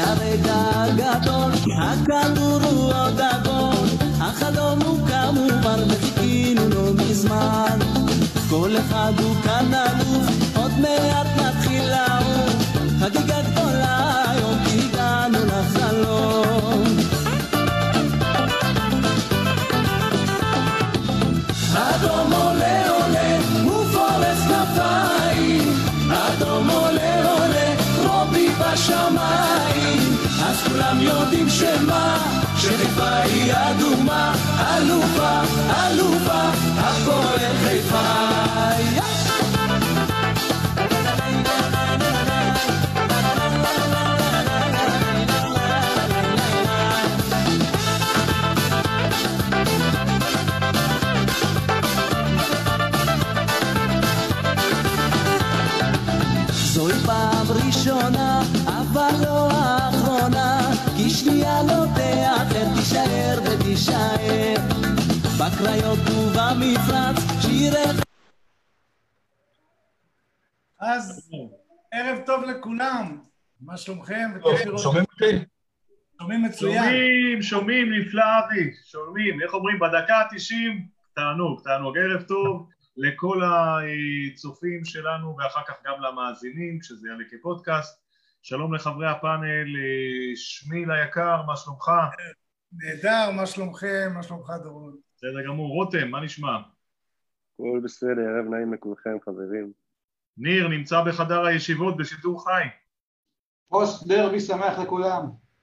הרגע הגדול, הכדור הוא עוד עגול, החלום הוא כמובן וחיכינו לו מזמן. כל אחד הוא כאן אלוף, עוד מעט נתחיל לעוף, חגיגה גדולה היום כי הגענו לחלום. אדום עולה עולה, הוא פורס כפיים, אדום עולה עולה, רובי בשמיים. אז כולם יודעים שחיפה היא אדומה, אלופה, אלופה, הפועל חיפה. זוהי פעם ראשונה, אבל לא האחרונה, כי שנייה לא תאחר, תישאר ותישאר. בקריות ובמפרץ, שירך. אז ערב טוב לכולם, מה שלומכם? שומעים אותי? שומעים מצוין. שומעים נפלא אבי, שומעים, איך אומרים, בדקה ה-90, תענוג, ערב טוב. לכל הצופים שלנו ואחר כך גם למאזינים, שזה יעלה כפודקאסט. שלום לחברי הפאנל, שמיל היקר, מה שלומך? נהדר, מה שלומכם? מה שלומך דורון? בסדר גמור, רותם, מה נשמע? כל בסדר, ערב נעים לכולכם חברים. ניר נמצא בחדר הישיבות בשידור חי. פוסט דרבי שמח לכולם.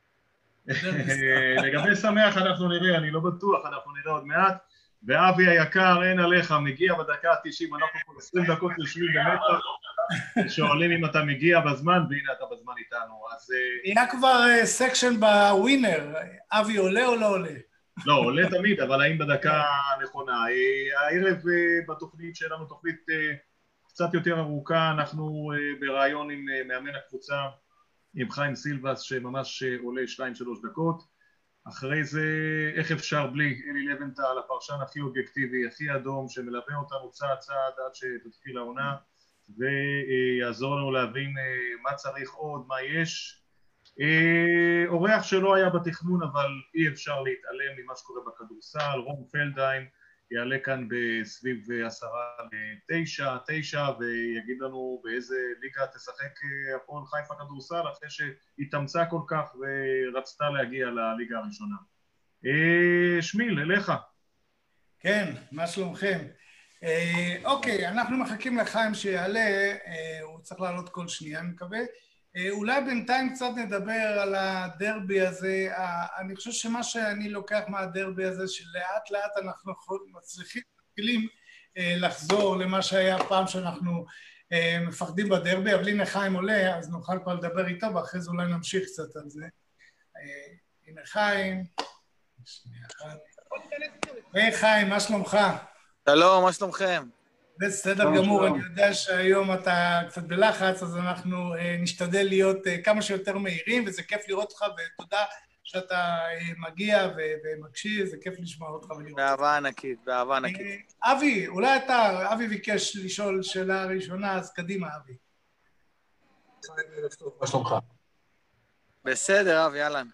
לגבי שמח אנחנו נראה, אני לא בטוח, אנחנו נראה עוד מעט. ואבי היקר, אין עליך, מגיע בדקה ה-90, אנחנו פה 20 דקות יושבים במתח, שואלים אם אתה מגיע בזמן, והנה אתה בזמן איתנו, אז... היה כבר סקשן בווינר, אבי עולה או לא עולה? לא, עולה תמיד, אבל האם בדקה הנכונה? הערב בתוכנית שלנו, תוכנית קצת יותר ארוכה, אנחנו ברעיון עם מאמן הקבוצה, עם חיים סילבס, שממש עולה 2-3 דקות, אחרי זה, איך אפשר בלי אלי לבנטל, הפרשן הכי אובייקטיבי, הכי אדום, שמלווה אותנו צעד צעד עד שתתחיל העונה, ויעזור לנו להבין מה צריך עוד, מה יש. אורח שלא היה בתכנון, אבל אי אפשר להתעלם ממה שקורה בכדורסל, רון פלדהיים, יעלה כאן בסביב 8:50, ויגיד לנו באיזה ליגה תשחק הפועל חיפה כדורסל, אחרי שהתאמצה כל כך ורצתה להגיע לליגה הראשונה. שמיל, אליך. כן, מה שלומכם? אוקיי, אנחנו מחכים לחיים שיעלה, הוא צריך לעלות כל שנייה, אני מקווה. אולי בינתיים קצת נדבר על הדרבי הזה. אני חושב שמה שאני לוקח מהדרבי הזה, שלאט לאט אנחנו מתחילים לחזור למה שהיה פעם שאנחנו מפחדים בדרבי, אבל הנה חיים עולה, אז נוכל כבר לדבר איתו, ואחרי זה אולי נמשיך קצת על זה. הנה חיים. היי חיים, מה שלומך? שלום, מה שלומכם? בסדר גמור, אני יודע שהיום אתה קצת בלחץ, אז אנחנו נשתדל להיות כמה שיותר מהירים, וזה כיף לראות אותך, ותודה שאתה מגיע ומקשיב, זה כיף לשמוע אותך ולראות אותך. באהבה ענקית, באהבה ענקית. אבי, אולי אבי ביקש לשאול שאלה ראשונה, אז קדימה, אבי. מה שלומך? בסדר, אבי, יאללה.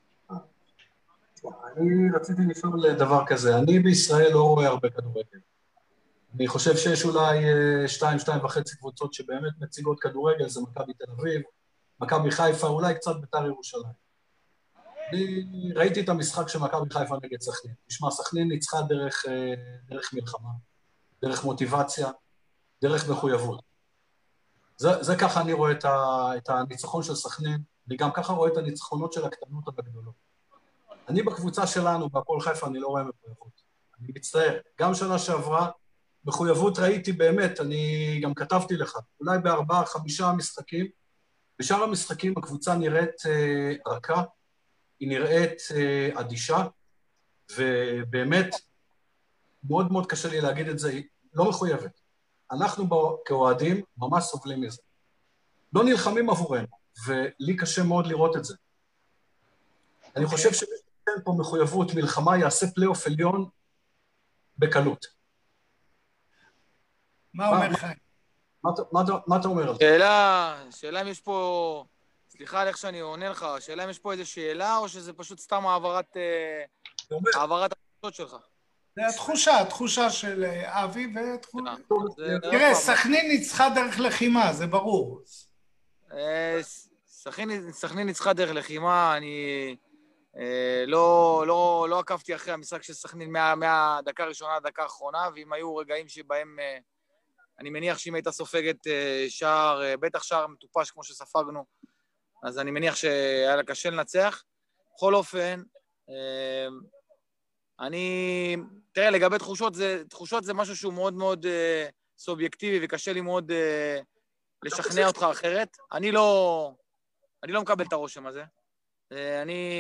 אני רציתי לשאול דבר כזה, אני בישראל לא רואה הרבה כדורגל. אני חושב שיש אולי 2.5 קבוצות שבאמת מציגות כדורגל, זה מכבי תל אביב, מכבי חיפה, אולי קצת בית"ר ירושלים. אני ראיתי את המשחק של מכבי חיפה נגד סכנין. תשמע, סכנין ניצחה דרך מלחמה, דרך מוטיבציה, דרך מחויבות. זה ככה אני רואה את הניצחון של סכנין, אני גם ככה רואה את הניצחונות של הקטנות הגדולות. אני בקבוצה שלנו, בהפועל חיפה, אני לא רואה מחויבות. אני מצטער. גם שנה שעברה, מחויבות ראיתי באמת, אני גם כתבתי לך, אולי ב4-5 משחקים, בשאר המשחקים הקבוצה נראית רכה, היא נראית אדישה, ובאמת, מאוד מאוד קשה לי להגיד את זה, היא לא מחויבת. אנחנו כאוהדים ממש סובלים מזה. לא נלחמים עבורנו, ולי קשה מאוד לראות את זה. אני חושב שאין פה מחויבות, מלחמה יעשה פלייאוף עליון בקלות. מה אומר חיים? מה אתה אומר על זה? שאלה אם יש פה סליחה על איך שאני עונה לך, השאלה אם יש פה איזו שאלה, או שזה פשוט סתם העברת התחושות שלך? זה התחושה של אבי ותחושה. תראה, עוד פעם, סכנין ניצחה דרך לחימה, זה ברור. סכנין ניצחה דרך לחימה, אני לא עקבתי אחרי המשחק של סכנין מהדקה הראשונה לדקה האחרונה, ואם היו רגעים שבהם, אני מניח שאם הייתה סופגת שער, בטח שער מטופש כמו שספגנו, אז אני מניח שהיה לה קשה לנצח. בכל אופן, תראה, לגבי תחושות זה משהו שהוא מאוד מאוד סובייקטיבי, וקשה לי מאוד לשכנע אותך אחרת. אני לא מקבל את הרושם הזה. אני,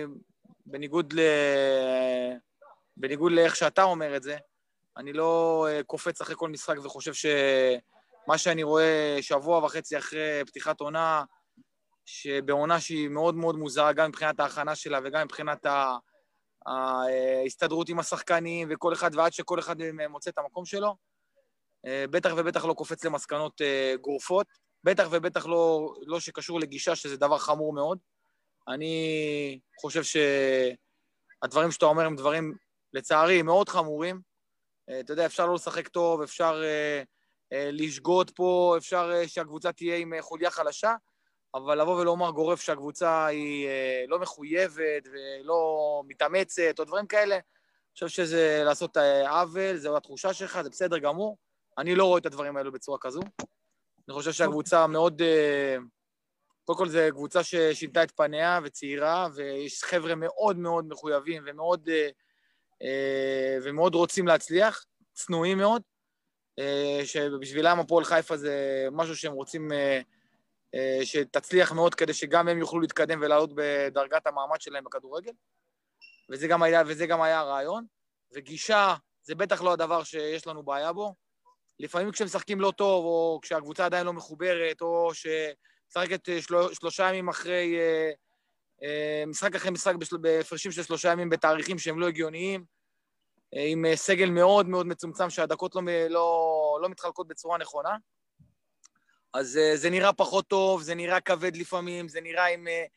בניגוד לאיך שאתה אומר את זה, אני לא קופץ אחרי כל משחק וחושב שמה שאני רואה שבוע וחצי אחרי פתיחת עונה, שבעונה שהיא מאוד מאוד מוזרה, גם מבחינת ההכנה שלה וגם מבחינת ההסתדרות עם השחקנים וכל אחד, ועד שכל אחד מוצא את המקום שלו, בטח ובטח לא קופץ למסקנות גורפות, בטח ובטח לא שקשור לגישה, שזה דבר חמור מאוד. אני חושב שהדברים שאתה אומר הם דברים, לצערי, מאוד חמורים. אתה יודע, אפשר לא לשחק טוב, אפשר לשגות פה, אפשר שהקבוצה תהיה עם חוליה חלשה, אבל לבוא ולומר גורף שהקבוצה היא לא מחויבת ולא מתאמצת או דברים כאלה, אני חושב שזה לעשות עוול, זו התחושה שלך, זה בסדר גמור. אני לא רואה את הדברים האלו בצורה כזו. אני חושב שהקבוצה מאוד, קודם כל זו קבוצה ששינתה את פניה וצעירה, ויש חבר'ה מאוד מאוד מחויבים ומאוד רוצים להצליח, צנועים מאוד, שבשבילם הפועל חיפה זה משהו שהם רוצים שתצליח מאוד כדי שגם הם יוכלו להתקדם ולעלות בדרגת המעמד שלהם בכדורגל, וזה גם היה הרעיון, וגישה זה בטח לא הדבר שיש לנו בעיה בו. לפעמים כשמשחקים לא טוב, או כשהקבוצה עדיין לא מחוברת, או שמשחקת 3 ימים אחרי, משחק אחרי משחק בהפרשים של 3 ימים בתאריכים שהם לא הגיוניים, עם סגל מאוד מאוד מצומצם שהדקות לא מתחלקות בצורה נכונה, אז זה נראה פחות טוב, זה נראה כבד לפעמים, זה נראה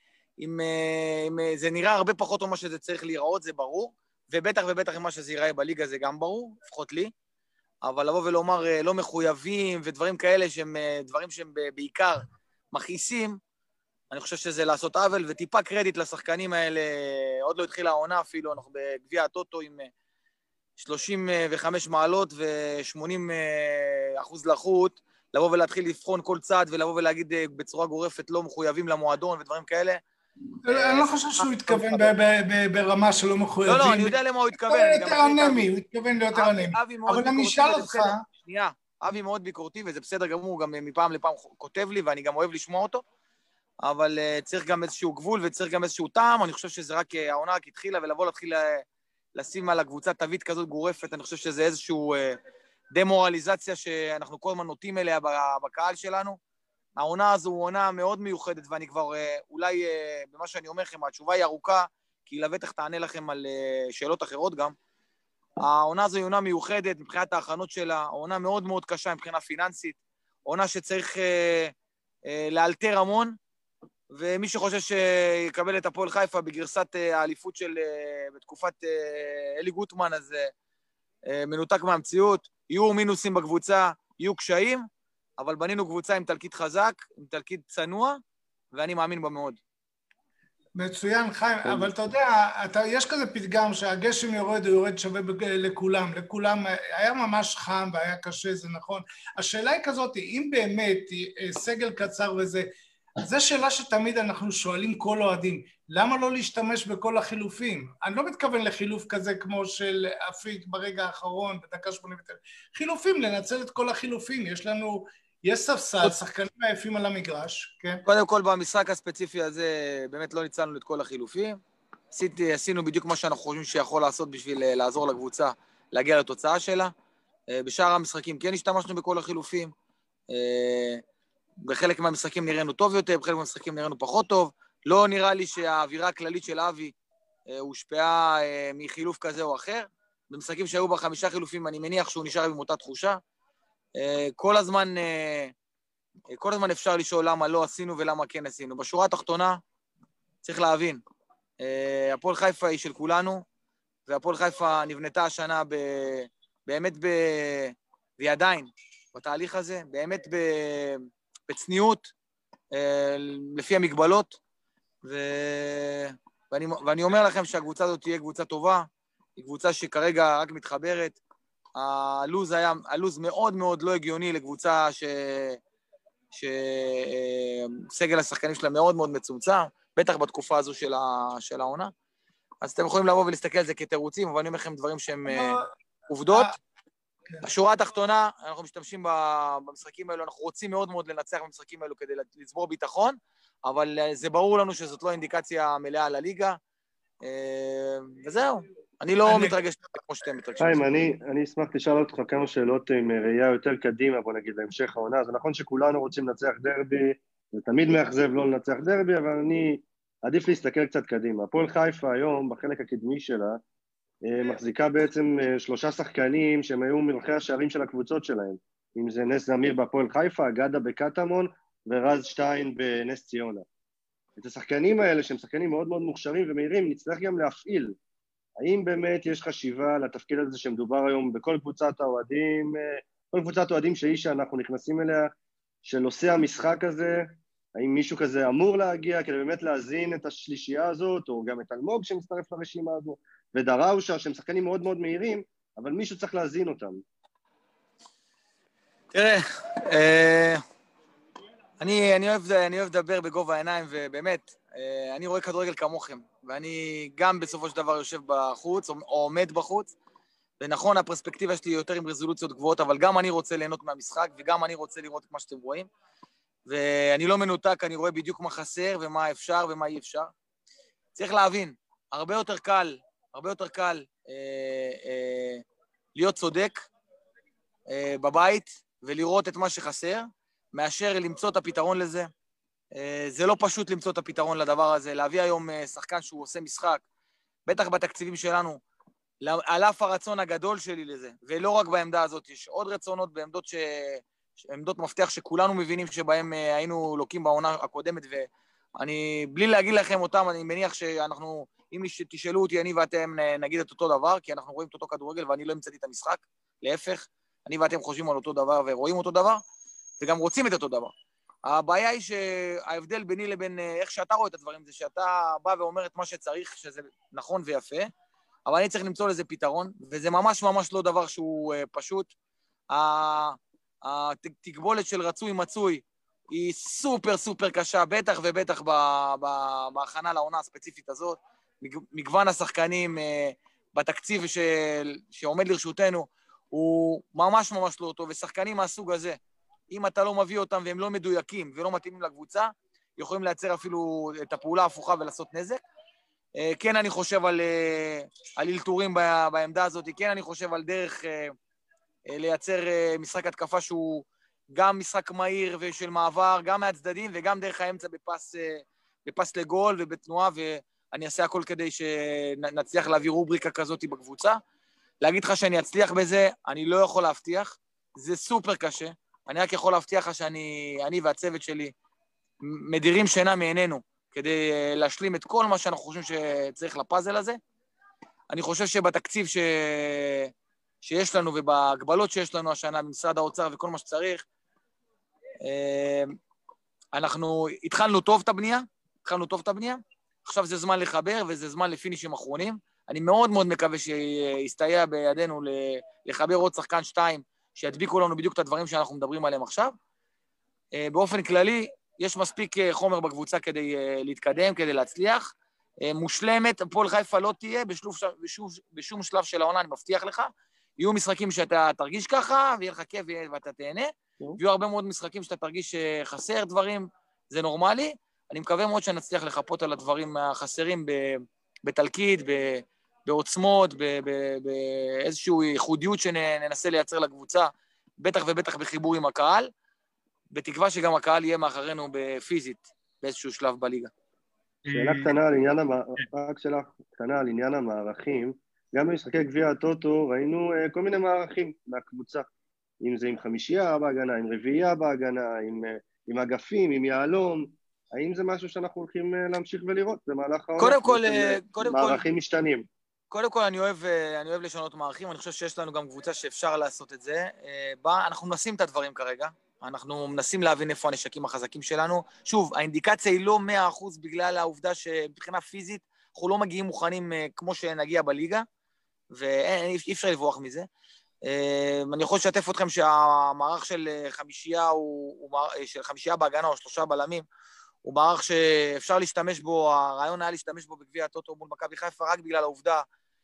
זה נראה הרבה פחות טוב מה שזה צריך להיראות, זה ברור, ובטח ובטח מה שזה ייראה בליגה זה גם ברור, לפחות לי, אבל לבוא ולומר לא מחויבים ודברים כאלה שהם דברים שהם בעיקר מכעיסים, אני חושב שזה לעשות עוול, וטיפה קרדיט לשחקנים האלה, עוד לא התחילה העונה אפילו, אנחנו בגביע הטוטו עם 35 מעלות ו80% לחות, לבוא ולהתחיל לבחון כל צעד, ולבוא ולהגיד בצורה גורפת לא מחויבים למועדון ודברים כאלה. אני לא חושב שהוא התכוון ברמה שלא מחויבים. לא, אני יודע למה הוא התכוון. הוא יותר אנמי, הוא התכוון ליותר אנמי. אבל אני אשאל אותך... שנייה, אבי מאוד ביקורתי, וזה בסדר גמור, גם מפעם לפעם כותב לי, ואני גם אוהב לשמוע אותו, אבל צריך גם איזשהו גבול, וצריך גם איזשהו טעם, אני חושב שזה רק העונה רק התחילה, ולבוא להתחיל לשים על הקבוצה תווית כזאת גורפת, אני חושב שזה איזשהו דמורליזציה שאנחנו כל הזמן נוטים אליה בקהל שלנו. העונה הזו הוא עונה מאוד מיוחדת, ואני כבר אולי במה שאני אומר לכם, התשובה היא ארוכה, כי לבטח תענה לכם על שאלות אחרות גם. העונה הזו היא עונה מיוחדת מבחינת ההכנות שלה, עונה מאוד מאוד קשה מבחינה פיננסית, עונה שצריך לאלתר המון, ומי שחושב שיקבל את הפועל חיפה בגרסת האליפות של בתקופת אלי גוטמן, אז מנותק מהמציאות, יהיו מינוסים בקבוצה, יהיו קשיים, אבל בנינו קבוצה עם תלכיד חזק, עם תלכיד צנוע, ואני מאמין בה מאוד. מצוין, חיים, אבל אתה יודע, יש כזה פתגם שהגשם יורד, הוא יורד שווה לכולם היה ממש חם והיה קשה, זה נכון. השאלה היא כזאת, אם באמת סגל קצר וזה, זו שאלה שתמיד אנחנו שואלים כל אוהדים, למה לא להשתמש בכל החילופים? אני לא מתכוון לחילוף כזה כמו של אפיק ברגע האחרון, בדקה 89. חילופים, לנצל את כל החילופים, יש ספסל, שחקנים עייפים על המגרש, כן? קודם כל, במשחק הספציפי הזה, באמת לא ניצלנו את כל החילופים. עשינו בדיוק מה שאנחנו חושבים שיכול לעשות בשביל לעזור לקבוצה, להגיע לתוצאה שלה. בשאר המשחקים כן השתמשנו בכל החילופים. בחלק מהמשחקים נראינו טוב יותר, בחלק מהמשחקים נראינו פחות טוב. לא נראה לי שהאווירה הכללית של אבי הושפעה מחילוף כזה או אחר. במשחקים שהיו ב5 חילופים, אני מניח שהוא נשאר עם אותה תחושה. כל הזמן כל הזמן אפשר לשאול למה לא עשינו ולמה כן עשינו. בשורה התחתונה, צריך להבין, הפועל חיפה היא של כולנו, והפועל חיפה נבנתה השנה באמת והיא עדיין בתהליך הזה, באמת בצניעות, לפי המגבלות, ואני אומר לכם שהקבוצה הזאת תהיה קבוצה טובה, היא קבוצה שכרגע רק מתחברת, הלוז מאוד מאוד לא הגיוני לקבוצה שסגל השחקנים שלה מאוד מאוד מצומצם, בטח בתקופה הזו של העונה, אז אתם יכולים לבוא ולהסתכל על זה כתירוצים, אבל אני אומר לכם דברים שהם עובדות. בשורה התחתונה, אנחנו משתמשים במשחקים האלו, אנחנו רוצים מאוד מאוד לנצח במשחקים האלו כדי לצבור ביטחון, אבל זה ברור לנו שזאת לא אינדיקציה מלאה לליגה, וזהו. אני לא מתרגש כמו שאתם מתרגשים. חיים, אני אשמח לשאול אותך כמה שאלות עם ראייה יותר קדימה, בוא נגיד, להמשך העונה. זה נכון שכולנו רוצים לנצח דרבי, זה תמיד מאכזב לא לנצח דרבי, אבל אני עדיף להסתכל קצת קדימה. הפועל חיפה היום, בחלק הקדמי שלה, מחזיקה בעצם 3 שחקנים שהם היו מלכי השערים של הקבוצות שלהם. אם זה נס זמיר בהפועל חיפה, גדה בקטמון ורז שטיין בנס ציונה. את השחקנים האלה, שהם שחקנים מאוד מאוד מוכשרים ומהירים, נצטרך גם להפעיל. האם באמת יש חשיבה לתפקיד הזה שמדובר היום בכל קבוצת האוהדים, כל קבוצת אוהדים שהיא שאנחנו נכנסים אליה, של עושה המשחק הזה, האם מישהו כזה אמור להגיע כדי באמת להזין את השלישייה הזאת, או גם את אלמוג שמצטרף לרשימה הזו, ודראושה שהם שחקנים מאוד מאוד מהירים, אבל מישהו צריך להזין אותם. תראה, אני אוהב לדבר בגובה העיניים, ובאמת, אני רואה כדורגל כמוכם, ואני גם בסופו של דבר יושב בחוץ, או עומד בחוץ, ונכון, הפרספקטיבה שלי יותר עם רזולוציות גבוהות, אבל גם אני רוצה ליהנות מהמשחק, וגם אני רוצה לראות את מה שאתם רואים, ואני לא מנותק, אני רואה בדיוק מה חסר, ומה אפשר ומה אי אפשר. צריך להבין, הרבה יותר קל להיות צודק בבית, ולראות את מה שחסר, מאשר למצוא את הפתרון לזה. זה לא פשוט למצוא את הפתרון לדבר הזה, להביא היום שחקן שהוא עושה משחק, בטח בתקציבים שלנו, על אף הרצון הגדול שלי לזה, ולא רק בעמדה הזאת, יש עוד רצונות בעמדות מפתח שכולנו מבינים שבהם היינו לוקים בעונה הקודמת, ואני, בלי להגיד לכם אותם, אני מניח שאנחנו, אם תשאלו אותי, אני ואתם נגיד את אותו דבר, כי אנחנו רואים את אותו כדורגל ואני לא המצאתי את המשחק, להפך, אני ואתם חושבים על אותו דבר ורואים אותו דבר, וגם רוצים את אותו דבר. הבעיה היא שההבדל ביני לבין איך שאתה רואה את הדברים, זה שאתה בא ואומר את מה שצריך, שזה נכון ויפה, אבל אני צריך למצוא לזה פתרון, וזה ממש ממש לא דבר שהוא פשוט. התגבולת של רצוי מצוי היא סופר סופר קשה, בטח ובטח בהכנה לעונה הספציפית הזאת. מגוון השחקנים בתקציב שעומד לרשותנו הוא ממש ממש לא טוב, ושחקנים מהסוג הזה, אם אתה לא מביא אותם והם לא מדויקים ולא מתאימים לקבוצה, יכולים לייצר אפילו את הפעולה ההפוכה ולעשות נזק. כן, אני חושב על אלתורים בעמדה הזאת, כן, אני חושב על דרך לייצר משחק התקפה שהוא גם משחק מהיר ושל מעבר, גם מהצדדים וגם דרך האמצע בפס לגול ובתנועה, ואני אעשה הכל כדי שנצליח להביא רובריקה כזאת בקבוצה. להגיד לך שאני אצליח בזה, אני לא יכול להבטיח, זה סופר קשה, אני רק יכול להבטיח לך שאני והצוות שלי מדירים שינה מעינינו, כדי להשלים את כל מה שאנחנו חושבים שצריך לפאזל הזה. אני חושב שבתקציב שיש לנו ובהגבלות שיש לנו השנה במשרד האוצר וכל מה שצריך, אנחנו התחלנו טוב את הבנייה, עכשיו זה זמן לחבר וזה זמן לפינישים אחרונים. אני מאוד מאוד מקווה שיסתייע בידינו לחבר עוד שחקן 2 שידביקו לנו בדיוק את הדברים שאנחנו מדברים עליהם עכשיו. באופן כללי, יש מספיק חומר בקבוצה כדי להתקדם, כדי להצליח. מושלמת, הפועל חיפה לא תהיה בשום שלב של העונה, אני מבטיח לך. יהיו משחקים שאתה תרגיש ככה, ויהיה לך כיף ואתה תהנה. ויהיו הרבה מאוד משחקים שאתה תרגיש חסר דברים, זה נורמלי. אני מקווה מאוד שנצליח לחפות על הדברים החסרים בתלקיד, בעוצמות, באיזושהי ייחודיות שננסה לייצר לקבוצה, בטח ובטח בחיבור עם הקהל, בתקווה שגם הקהל יהיה מאחרינו בפיזית, באיזשהו שלב בליגה. שאלה קטנה על עניין המערכים, גם במשחקי גביע הטוטו ראינו כל מיני מערכים מהקבוצה. אם זה עם חמישייה בהגנה, עם רביעייה בהגנה, עם אגפים, עם יעלום, האם זה משהו שאנחנו הולכים להמשיך ולראות במהלך העונה? קודם כל, מערכים משתנים. קודם כל, אני אוהב לשנות מערכים, אני חושב שיש לנו גם קבוצה שאפשר לעשות את זה. אנחנו מנסים את הדברים כרגע, אנחנו מנסים להבין איפה הנשקים החזקים שלנו. שוב, האינדיקציה היא לא 100% בגלל העובדה שבחינה פיזית אנחנו לא מגיעים מוכנים כמו שנגיע בליגה, ואי אפשר לברוח מזה. אני יכול לשתף אתכם שהמערך של חמישייה בהגנה או 3 בלמים, הוא מערך שאפשר להשתמש בו, הרעיון היה להשתמש בו בגביע הטוטו מול מכבי חיפה, רק בגלל העובדה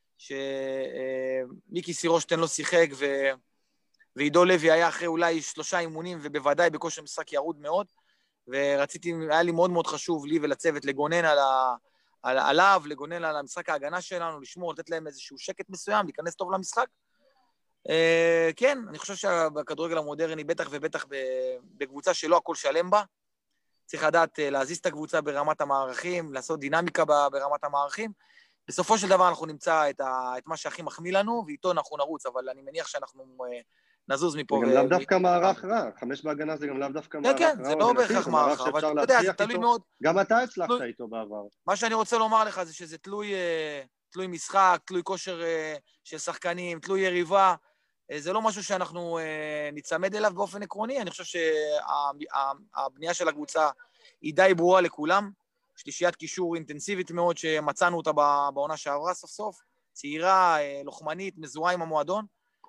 שמיקי סירושטיין לא שיחק, ועידו לוי היה אחרי אולי 3 אימונים, ובוודאי בכושר משחק ירוד מאוד, היה לי מאוד מאוד חשוב לי ולצוות לגונן עליו, לגונן על המשחק ההגנה שלנו, לשמור, לתת להם איזשהו שקט מסוים, להיכנס טוב למשחק. כן, אני חושב שבכדורגל המודרני, בטח ובטח בקבוצה שלא הכל שלם בה, צריך לדעת להזיז את הקבוצה ברמת המערכים, לעשות דינמיקה ברמת המערכים. בסופו של דבר אנחנו נמצא את מה שהכי מחמיא לנו, ואיתו אנחנו נרוץ, אבל אני מניח שאנחנו נזוז מפה. זה גם לאו דווקא מערך רע, 5 בהגנה זה גם לאו דווקא מערך רע. כן, זה לא בהכרח מערך רע, אבל אתה יודע, זה תלוי מאוד. גם אתה הצלחת איתו בעבר. מה שאני רוצה לומר לך זה שזה תלוי משחק, תלוי כושר של שחקנים, תלוי יריבה. זה לא משהו שאנחנו נצמד אליו באופן עקרוני, אני חושב שהבנייה של הקבוצה היא די ברורה לכולם, שלישיית קישור אינטנסיבית מאוד שמצאנו אותה בעונה שעברה סוף סוף, צעירה, לוחמנית, מזוהה עם המועדון,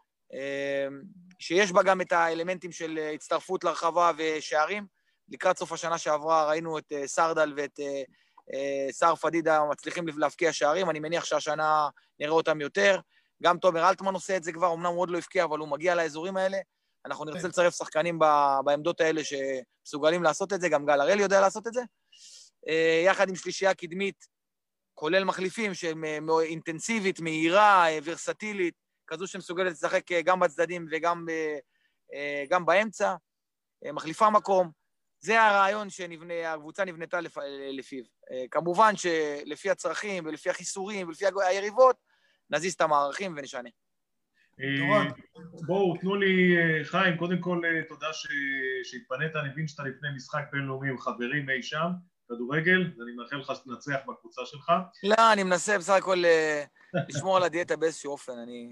שיש בה גם את האלמנטים של הצטרפות לרחבה ושערים. לקראת סוף השנה שעברה ראינו את סרדל ואת סער פדידה מצליחים להפקיע שערים, אני מניח שהשנה נראה אותם יותר, גם תומר אלטמן עושה את זה כבר, אמנם הוא עוד לא הפקיע, אבל הוא מגיע לאזורים האלה, אנחנו נרצה לצרף שחקנים בעמדות האלה שמסוגלים לעשות את זה, גם גל הראל יודע לעשות את זה, יחד עם שלישייה קדמית, כולל מחליפים, אינטנסיבית, מהירה, ורסטילית, כזו שמסוגלת לשחק גם בצדדים וגם באמצע, מחליפה מקום, זה הרעיון שהקבוצה נבנתה לפיו. כמובן שלפי הצרכים ולפי החיסורים ולפי היריבות, נזיז את המערכים ונשנה. בואו, תנו לי, חיים, קודם כל תודה שהתפנית, אני מבין שאתה לפני משחק בינלאומי עם חברים אי שם, כדורגל, ואני מאחל לך שתנצח בקבוצה שלך. לא, אני מנסה בסך הכל לשמור על הדיאטה באיזשהו אופן, אני...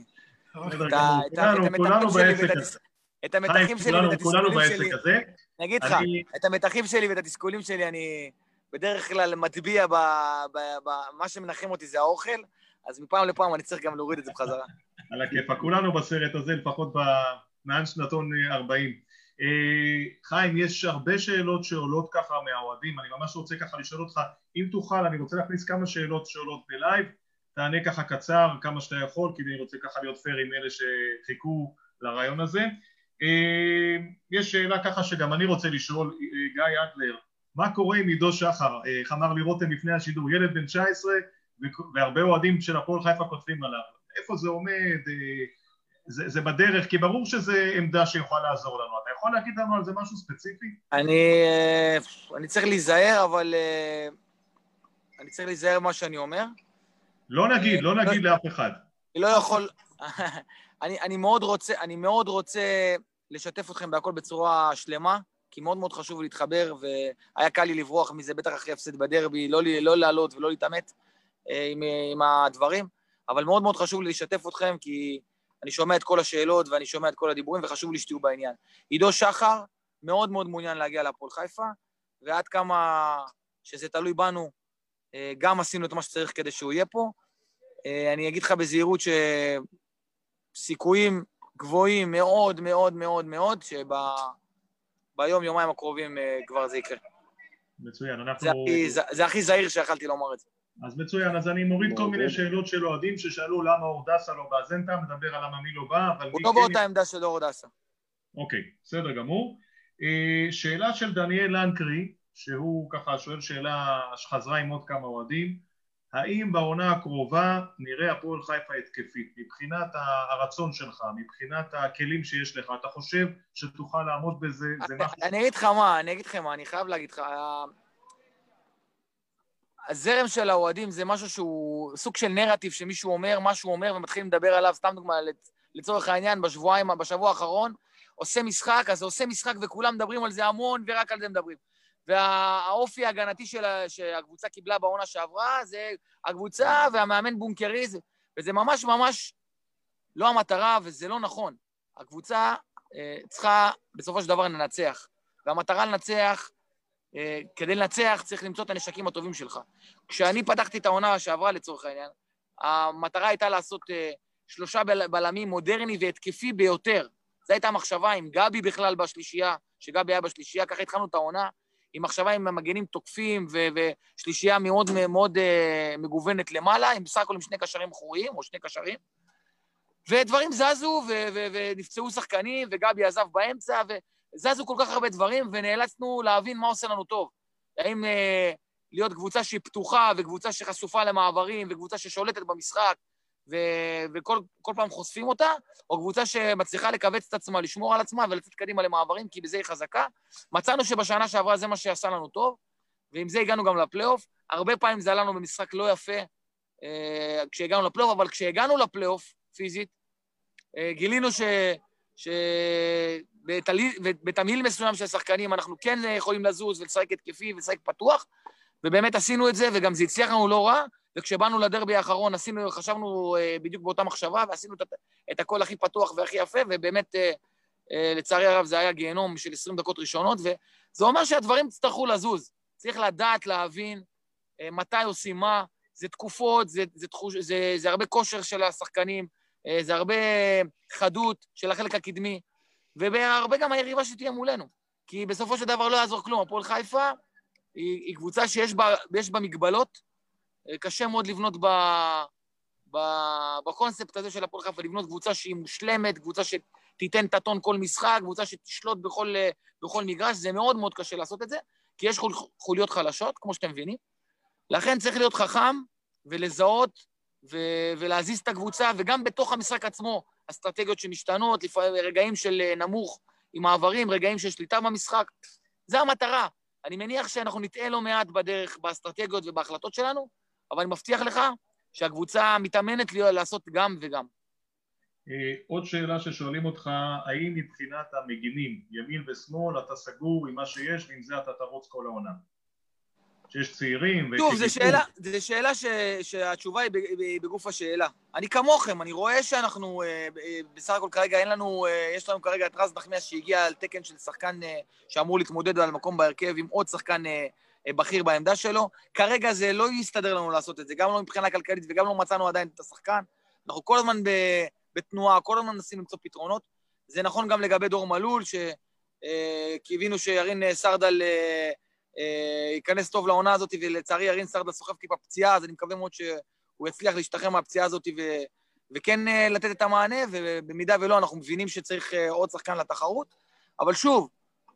כולנו בעסק הזה. את המתחים שלי ואת התסכולים שלי, אני אגיד לך, את המתחים שלי ואת התסכולים שלי, אני בדרך כלל מטביע במה שמנחם אותי זה האוכל, אז מפעם לפעם אני צריך גם להוריד את זה בחזרה. על הכיפה, כולנו בסרט הזה, לפחות מעל שנתון 40. חיים, יש הרבה שאלות שעולות ככה מהאוהדים, אני ממש רוצה ככה לשאול אותך, אם תוכל, אני רוצה להכניס כמה שאלות שעולות בלייב, תענה ככה קצר, כמה שאתה יכול, כי אני רוצה ככה להיות פייר עם אלה שחיכו לרעיון הזה. יש שאלה ככה שגם אני רוצה לשאול, גיא אדלר, מה קורה עם עידו שחר? איך אמר לי רותם לפני השידור, ילד בן 19, והרבה אוהדים של הפועל חיפה כותבים עליו. איפה זה עומד? זה בדרך, כי ברור שזה עמדה שיכולה לעזור לנו. אתה יכול להגיד לנו על זה משהו ספציפי? אני צריך להיזהר, אבל אני צריך להיזהר מה שאני אומר. לא נגיד לאף אחד. אני לא יכול... אני מאוד רוצה לשתף אתכם בהכל בצורה שלמה, כי מאוד מאוד חשוב להתחבר, והיה קל לי לברוח מזה, בטח אחרי הפסד בדרבי, לא לעלות ולא להתאמת עם הדברים, אבל מאוד מאוד חשוב לי לשתף אתכם, כי אני שומע את כל השאלות ואני שומע את כל הדיבורים, וחשוב לי שתהיו בעניין. עידו שחר מאוד מאוד מעוניין להגיע להפועל חיפה, ועד כמה שזה תלוי בנו, גם עשינו את מה שצריך כדי שהוא יהיה פה. אני אגיד לך בזהירות שסיכויים גבוהים מאוד מאוד מאוד מאוד, שביום יומיים הקרובים כבר זה יקרה. מצוין, זה הכי זהיר שיכלתי לומר את זה. אז מצוין, אז אני מוריד כל מיני שאלות של אוהדים ששאלו למה אורדסה לא בא, אז אין טעם לדבר על למה מי לא בא, אבל... הוא לא באותה עמדה של אורדסה. אוקיי, בסדר גמור. שאלה של דניאל לנקרי, שהוא ככה שואל שאלה שחזרה עם עוד כמה אוהדים, האם בעונה הקרובה נראה הפועל חיפה התקפית? מבחינת הרצון שלך, מבחינת הכלים שיש לך, אתה חושב שתוכל לעמוד בזה? אני אגיד לך מה, אני חייב להגיד לך, הזרם של האוהדים זה משהו שהוא סוג של נרטיב שמישהו אומר, מה שהוא אומר ומתחילים לדבר עליו, סתם דוגמה, לצורך העניין, בשבוע האחרון, עושה משחק, אז עושה משחק וכולם מדברים על זה המון ורק על זה מדברים. והאופי ההגנתי שהקבוצה קיבלה בעונה שעברה, זה הקבוצה והמאמן בונקרי, וזה ממש ממש לא המטרה, וזה לא נכון. הקבוצה צריכה בסופו של דבר לנצח, והמטרה לנצח, כדי לנצח צריך למצוא את הנשקים הטובים שלך. כשאני פתחתי את העונה שעברה לצורך העניין, המטרה הייתה לעשות 3 בלמים מודרני והתקפי ביותר. זו הייתה המחשבה עם גבי בכלל בשלישייה, שגבי היה בשלישייה, ככה התחלנו את העונה, עם מחשבה עם המגנים תוקפים ושלישייה מאוד מאוד מגוונת למעלה, עם בסך הכל עם 2 קשרים אחוריים או 2 קשרים, ודברים זזו ונפצעו שחקנים וגבי עזב באמצע וזזו כל כך הרבה דברים ונאלצנו להבין מה עושה לנו טוב. האם להיות קבוצה שהיא פתוחה וקבוצה שחשופה למעברים וקבוצה ששולטת במשחק וכל פעם חושפים אותה, או קבוצה שמצליחה לקבץ את עצמה, לשמור על עצמה ולצאת קדימה למעברים, כי בזה היא חזקה. מצאנו שבשנה שעברה זה מה שעשה לנו טוב, ועם זה הגענו גם לפלייאוף. הרבה פעמים זה עלה לנו במשחק לא יפה כשהגענו לפלייאוף, אבל כשהגענו לפלייאוף פיזית, גילינו שבתמהיל מסוים של שחקנים אנחנו כן יכולים לזוז ולשחק התקפי ולשחק פתוח, ובאמת עשינו את זה, וגם זה הצליח לנו לא רע, וכשבאנו לדרבי האחרון, חשבנו בדיוק באותה מחשבה, ועשינו את הכל הכי פתוח והכי יפה, ובאמת, לצערי הרב, זה היה גיהנום של 20 דקות ראשונות, וזה אומר שהדברים יצטרכו לזוז. צריך לדעת, להבין מתי עושים מה, זה תקופות, זה הרבה כושר של השחקנים, זה הרבה חדות של החלק הקדמי, והרבה גם היריבה שתהיה מולנו, כי בסופו של דבר לא יעזור כלום. הפועל חיפה היא קבוצה שיש בה מגבלות, קשה מאוד לבנות בקונספט הזה של הפועל חיפה, לבנות קבוצה שהיא מושלמת, קבוצה שתיתן תתון כל משחק, קבוצה שתשלוט בכל מגרש, זה מאוד מאוד קשה לעשות את זה, כי יש חוליות חלשות, כמו שאתם מבינים. לכן צריך להיות חכם ולזהות ולהזיז את הקבוצה, וגם בתוך המשחק עצמו, אסטרטגיות שמשתנות, רגעים של נמוך עם מעברים, רגעים של שליטה במשחק, זה המטרה. אני מניח שאנחנו נטעה לא מעט בדרך, באסטרטגיות ובהחלטות שלנו, אבל אני מבטיח לך שהקבוצה מתאמנת לעשות גם וגם. עוד שאלה ששואלים אותך, האם מבחינת המגינים, ימין ושמאל, אתה סגור עם מה שיש, ועם זה אתה תרוץ כל העונה? שיש צעירים... טוב, זו שאלה שהתשובה היא בגוף השאלה. אני כמוכם, אני רואה שאנחנו, בסך הכל כרגע יש לנו כרגע את רז נחמיאס שהגיע על תקן של שחקן שאמור להתמודד על מקום בהרכב עם עוד שחקן בכיר בעמדה שלו. כרגע זה לא יסתדר לנו לעשות את זה, גם לא מבחינה כלכלית וגם לא מצאנו עדיין את השחקן. אנחנו כל הזמן בתנועה, כל הזמן מנסים למצוא פתרונות. זה נכון גם לגבי דור מלול, שקיווינו שירין סרדל ייכנס טוב לעונה הזאת, ולצערי ירין סרדל סוחב טיפה פציעה, אז אני מקווה מאוד שהוא יצליח להשתחרר מהפציעה הזאת וכן לתת את המענה, ובמידה ולא, אנחנו מבינים שצריך עוד שחקן לתחרות. אבל שוב,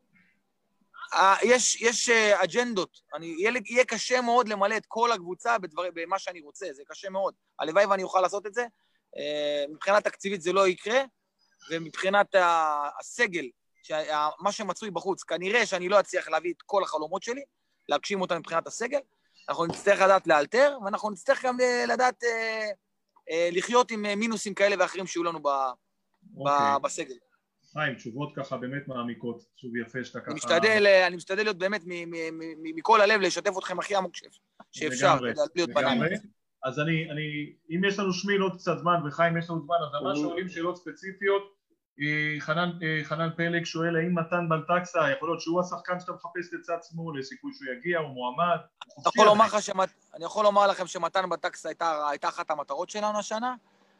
יש אג'נדות, יהיה קשה מאוד למלא את כל הקבוצה במה שאני רוצה, זה קשה מאוד. הלוואי ואני אוכל לעשות את זה, מבחינת תקציבית זה לא יקרה, ומבחינת הסגל, מה שמצוי בחוץ, כנראה שאני לא אצליח להביא את כל החלומות שלי, להגשים אותם מבחינת הסגל, אנחנו נצטרך לדעת לאלתר, ואנחנו נצטרך גם לדעת לחיות עם מינוסים כאלה ואחרים שיהיו לנו בסגל. חיים, תשובות ככה באמת מעמיקות, שוב יפה שאתה ככה... אני משתדל להיות באמת מכל הלב, לשתף אתכם הכי עמוק שאפשר, להיות בניים. אז אם יש לנו שמיל עוד קצת זמן, וחיים יש לנו זמן, אז ממש שואלים שאלות ספציפיות. חנן פלג שואל, האם מתן בלטקסה, יכול להיות שהוא השחקן שאתה מחפש לצד שמאל, לסיכוי שהוא יגיע, הוא מועמד? אני יכול לומר לכם שמתן בלטקסה הייתה אחת המטרות שלנו השנה,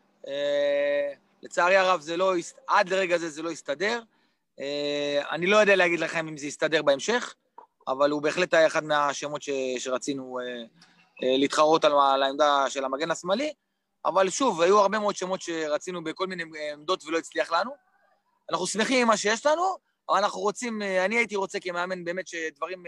לצערי הרב עד לרגע זה לא הסתדר, אני לא יודע להגיד לכם אם זה יסתדר בהמשך, אבל הוא בהחלט היה אחד מהשמות שרצינו להתחרות על העמדה של המגן השמאלי, אבל שוב, היו הרבה מאוד שמות שרצינו בכל מיני עמדות ולא הצליח לנו. אנחנו שמחים עם מה שיש לנו, אבל אנחנו רוצים, אני הייתי רוצה כמאמן באמת שדברים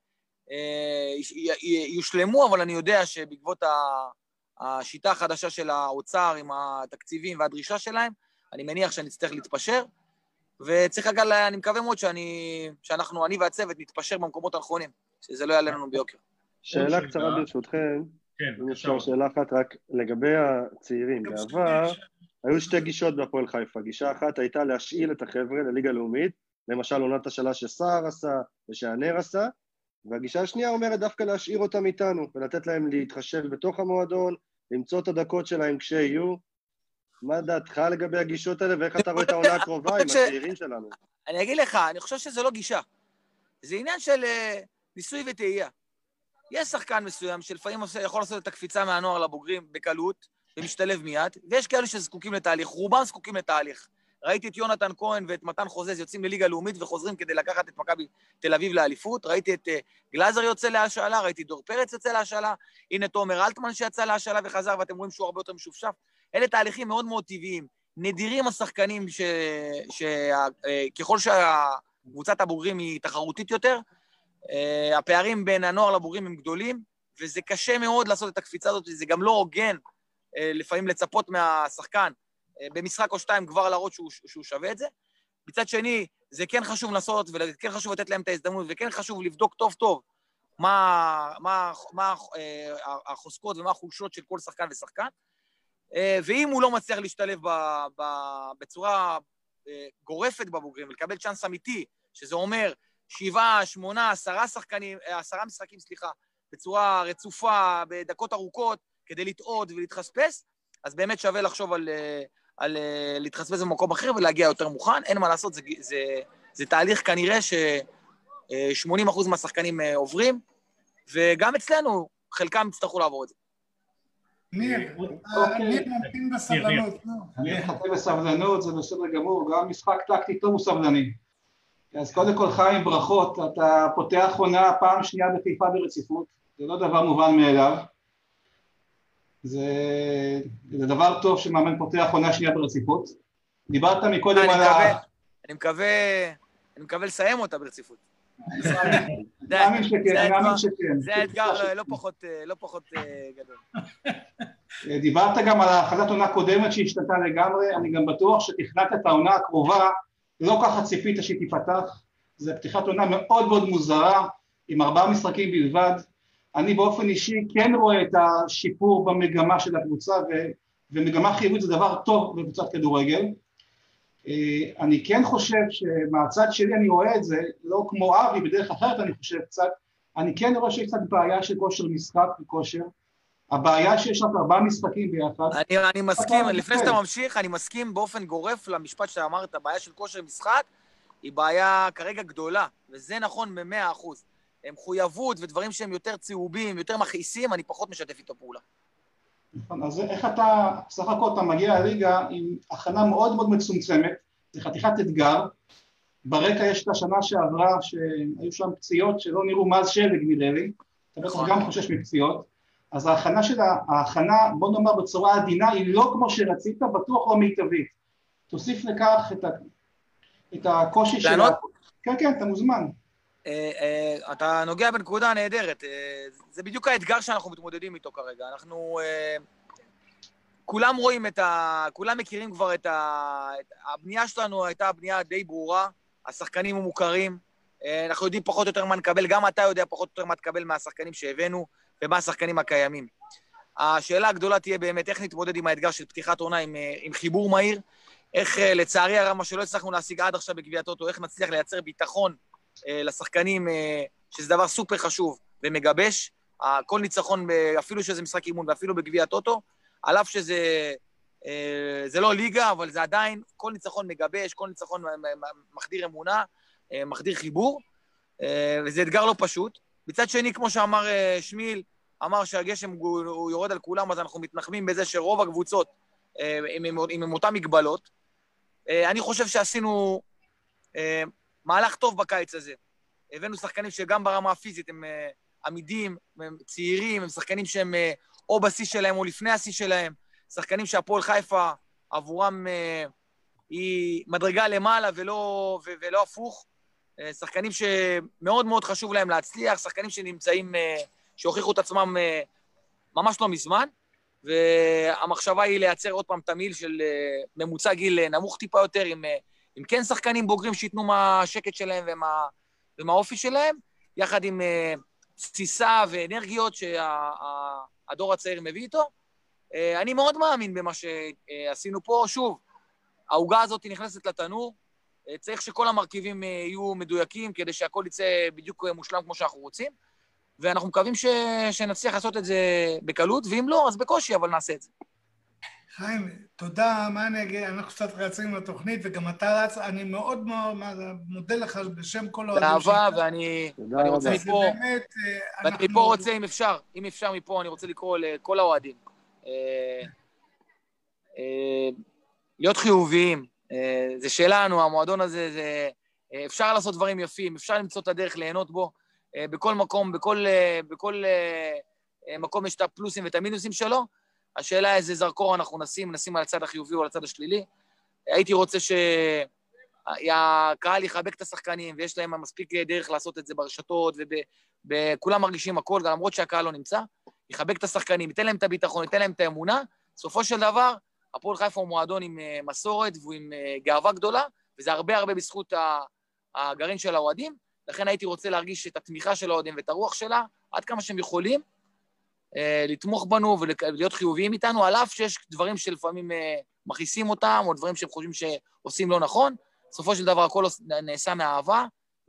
יושלמו, אבל אני יודע שבעקבות השיטה החדשה של האוצר עם התקציבים והדרישה שלהם, אני מניח שאני צריך להתפשר, וצריך אגב, אני מקווה מאוד שאנחנו, אני והצוות, נתפשר במקומות הנכונים, שזה לא יעלה לנו ביוקר. שאלה קצרה ברשותכם, אם אפשר שאלה אחת רק לגבי הצעירים. בעבר היו שתי גישות בהפועל חיפה. גישה אחת הייתה להשאיל את החבר'ה לליגה לאומית, למשל עונת השאלה שסער עשה ושהנר עשה, והגישה השנייה אומרת דווקא להשאיר אותם איתנו, ולתת להם להתחשב בתוך המועדון, למצוא את הדקות שלהם כשיהיו. מה דעתך לגבי הגישות האלה, ואיך אתה רואה את העונה הקרובה עם הצעירים שלנו? אני אגיד לך, אני חושב שזה לא גישה. זה עניין של ניסוי וטעייה. יש שחקן מסוים שלפעמים יכול לעשות את הקפיצה מהנוער לבוגרים בקלות, ומשתלב מיד, ויש כאלה שזקוקים לתהליך, רובם זקוקים לתהליך. ראיתי את יונתן כהן ואת מתן חוזז יוצאים לליגה לאומית וחוזרים כדי לקחת את מכבי תל אביב לאליפות, ראיתי את גלאזר יוצא להשאלה, ראיתי את דור פרץ יוצא להשאלה, הנה תומר אלטמן שיצא להשאלה וחזר, ואתם רואים שהוא הרבה יותר משופשף. אלה תהליכים מאוד מאוד טבעיים. נדירים השחקנים ככל שקבוצת הבוגרים היא תחרותית יותר, הפערים בין הנוער לבוגרים הם גדולים, וזה קשה מאוד לעשות את הקפיצה הזאת, וזה גם לא הוגן לפעמים לצפות מהשחקן במשחק או שתיים כבר להראות שהוא שווה את זה. מצד שני, זה כן חשוב לעשות, וכן חשוב לתת להם את ההזדמנות, וכן חשוב לבדוק טוב טוב מה החוזקות ומה החולשות של כל שחקן ושחקן, ואם הוא לא מצליח להשתלב בצורה גורפת בבוגרים, ולקבל צ'אנס אמיתי, שזה אומר 7, 8, 10 משחקים, בצורה רצופה, בדקות ארוכות, כדי לטעות ולהתחספס, אז באמת שווה לחשוב על להתחספס במקום אחר ולהגיע יותר מוכן. אין מה לעשות, זה תהליך כנראה ש80% מהשחקנים עוברים, וגם אצלנו חלקם יצטרכו לעבור את זה. ניר ממתין בסבלנות. אני מחכה בסבלנות, זה בסדר גמור, גם משחק טקטי טוב הוא סבלני. אז קודם כל חיים, ברכות, אתה פותח עונה פעם שנייה בחיפה ברציפות, זה לא דבר מובן מאליו. זה דבר טוב שמאמן פותח עונה שנייה ברציפות. דיברת מקודם על אני מקווה לסיים אותה ברציפות. מאמין שכן. זה האתגר לא פחות גדול. דיברת גם על החלטת עונה קודמת שהשתנתה לגמרי, אני גם בטוח שתכנת את העונה הקרובה, לא ככה ציפית שהיא תיפתח, זה פתיחת עונה מאוד מאוד מוזרה, עם 4 משחקים בלבד. אני באופן אישי כן רואה את השיפור במגמה של הקבוצה, ומגמה חיובית זה דבר טוב בקבוצת כדורגל. אני כן חושב שמהצד שלי אני רואה את זה, לא כמו אבי, בדרך אחרת אני חושב קצת, אני כן רואה שיש קצת בעיה של כושר משחק וכושר, הבעיה שיש רק 4 משחקים ביחד. אני מסכים, לפני שאתה ממשיך, אני מסכים באופן גורף למשפט שאתה אמרת, הבעיה של כושר משחק היא בעיה כרגע גדולה, וזה נכון ב100%. מחויבות ודברים שהם יותר צהובים, יותר מכעיסים, אני פחות משתף איתו פעולה. נכון, אז איך אתה, סך הכל אתה מגיע לליגה עם הכנה מאוד מאוד מצומצמת, זה חתיכת אתגר, ברקע יש את השנה שעברה שהיו שם פציעות שלא נראו מאז שלג נראה לי, אתה בטח גם חושש מפציעות, אז ההכנה, בוא נאמר בצורה עדינה, היא לא כמו שרצית, בטוח לא מיטבית. תוסיף לכך את הקושי של... כן, אתה מוזמן. אתה נוגע בנקודה נהדרת, זה בדיוק האתגר שאנחנו מתמודדים איתו כרגע, אנחנו כולם רואים כולם מכירים כבר הבנייה שלנו הייתה בנייה די ברורה, השחקנים המוכרים, אנחנו יודעים פחות או יותר מה נקבל, גם אתה יודע פחות או יותר מה תקבל מהשחקנים שהבאנו ומה השחקנים הקיימים. השאלה הגדולה תהיה באמת איך נתמודד עם האתגר של פתיחת עונה עם חיבור מהיר, איך לצערי הרב מה שלא הצלחנו להשיג עד עכשיו בגביע הטוטו, איך נצליח לייצר ביטחון לשחקנים, שזה דבר סופר חשוב ומגבש, כל ניצחון, אפילו שזה משחק אימון ואפילו בגביע הטוטו, על אף שזה לא ליגה, אבל זה עדיין, כל ניצחון מגבש, כל ניצחון מחדיר אמונה, מחדיר חיבור, וזה אתגר לא פשוט. מצד שני, כמו שאמר שמיל, אמר שהגשם הוא יורד על כולם, אז אנחנו מתנחמים בזה שרוב הקבוצות עם אותם מגבלות. אני חושב שעשינו מהלך טוב בקיץ הזה. הבאנו שחקנים שגם ברמה הפיזית הם עמידים, הם צעירים, הם שחקנים שהם או בשיא שלהם או לפני השיא שלהם, שחקנים שהפועל חיפה עבורם היא מדרגה למעלה ולא הפוך, שחקנים שמאוד מאוד חשוב להם להצליח, שחקנים שנמצאים, שהוכיחו את עצמם ממש לא מזמן, והמחשבה היא לייצר עוד פעם תמיל של ממוצע גיל נמוך טיפה יותר, עם כן שחקנים בוגרים שיתנו מהשקט שלהם ומהאופי שלהם, יחד עם תסיסה ואנרגיות שהדור הצעיר מביא איתו, אני מאוד מאמין במה שעשינו פה. שוב, העוגה הזאת נכנסת לתנור, צריך שכל המרכיבים יהיו מדויקים, כדי שהכל יצא בדיוק מושלם כמו שאנחנו רוצים, ואנחנו מקווים שנצליח לעשות את זה בקלות, ואם לא, אז בקושי, אבל נעשה את זה. חיים, תודה, מה אני אגיד, אנחנו קצת רצים לתוכנית, וגם אתה רץ, אני מאוד מאוד מודה לך בשם כל האוהדים. באהבה, ואני רוצה מפה, ואני מפה רוצה, אם אפשר מפה, אני רוצה לקרוא לכל האוהדים. להיות חיוביים, זה שלנו, המועדון הזה, אפשר לעשות דברים יפים, אפשר למצוא את הדרך ליהנות בו, בכל מקום, בכל מקום יש את הפלוסים ואת המינוסים שלו, השאלה איזה זרקור אנחנו נשים על הצד החיובי או על הצד השלילי. הייתי רוצה שהקהל יחבק את השחקנים, ויש להם מספיק דרך לעשות את זה ברשתות, וכולם מרגישים הכל, גם למרות שהקהל לא נמצא, יחבק את השחקנים, ייתן להם את הביטחון, ייתן להם את האמונה, סופו של דבר, הפועל חיפה הוא מועדון עם מסורת ועם גאווה גדולה, וזה הרבה בזכות הגרעין של האוהדים, לכן הייתי רוצה להרגיש את התמיכה של האוהדים ואת הרוח שלה, עד כמה שהם יכולים, לתמוך בנו ולהיות חיוביים איתנו, על אף שיש דברים שלפעמים מכעיסים אותם, או דברים שהם חושבים שעושים לא נכון, בסופו של דבר הכל נעשה מאהבה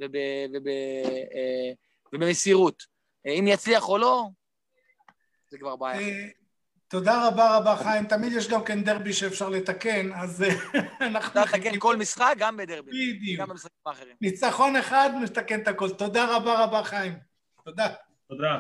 ובמסירות. אם יצליח או לא, זה כבר בעיה. תודה רבה חיים, תמיד יש גם כן דרבי שאפשר לתקן, אז אנחנו... לתקן כל משחק, גם בדרבי. בדיוק. גם במשחקים האחרים. ניצחון אחד, מתקן את הכל. תודה רבה חיים. תודה. תודה.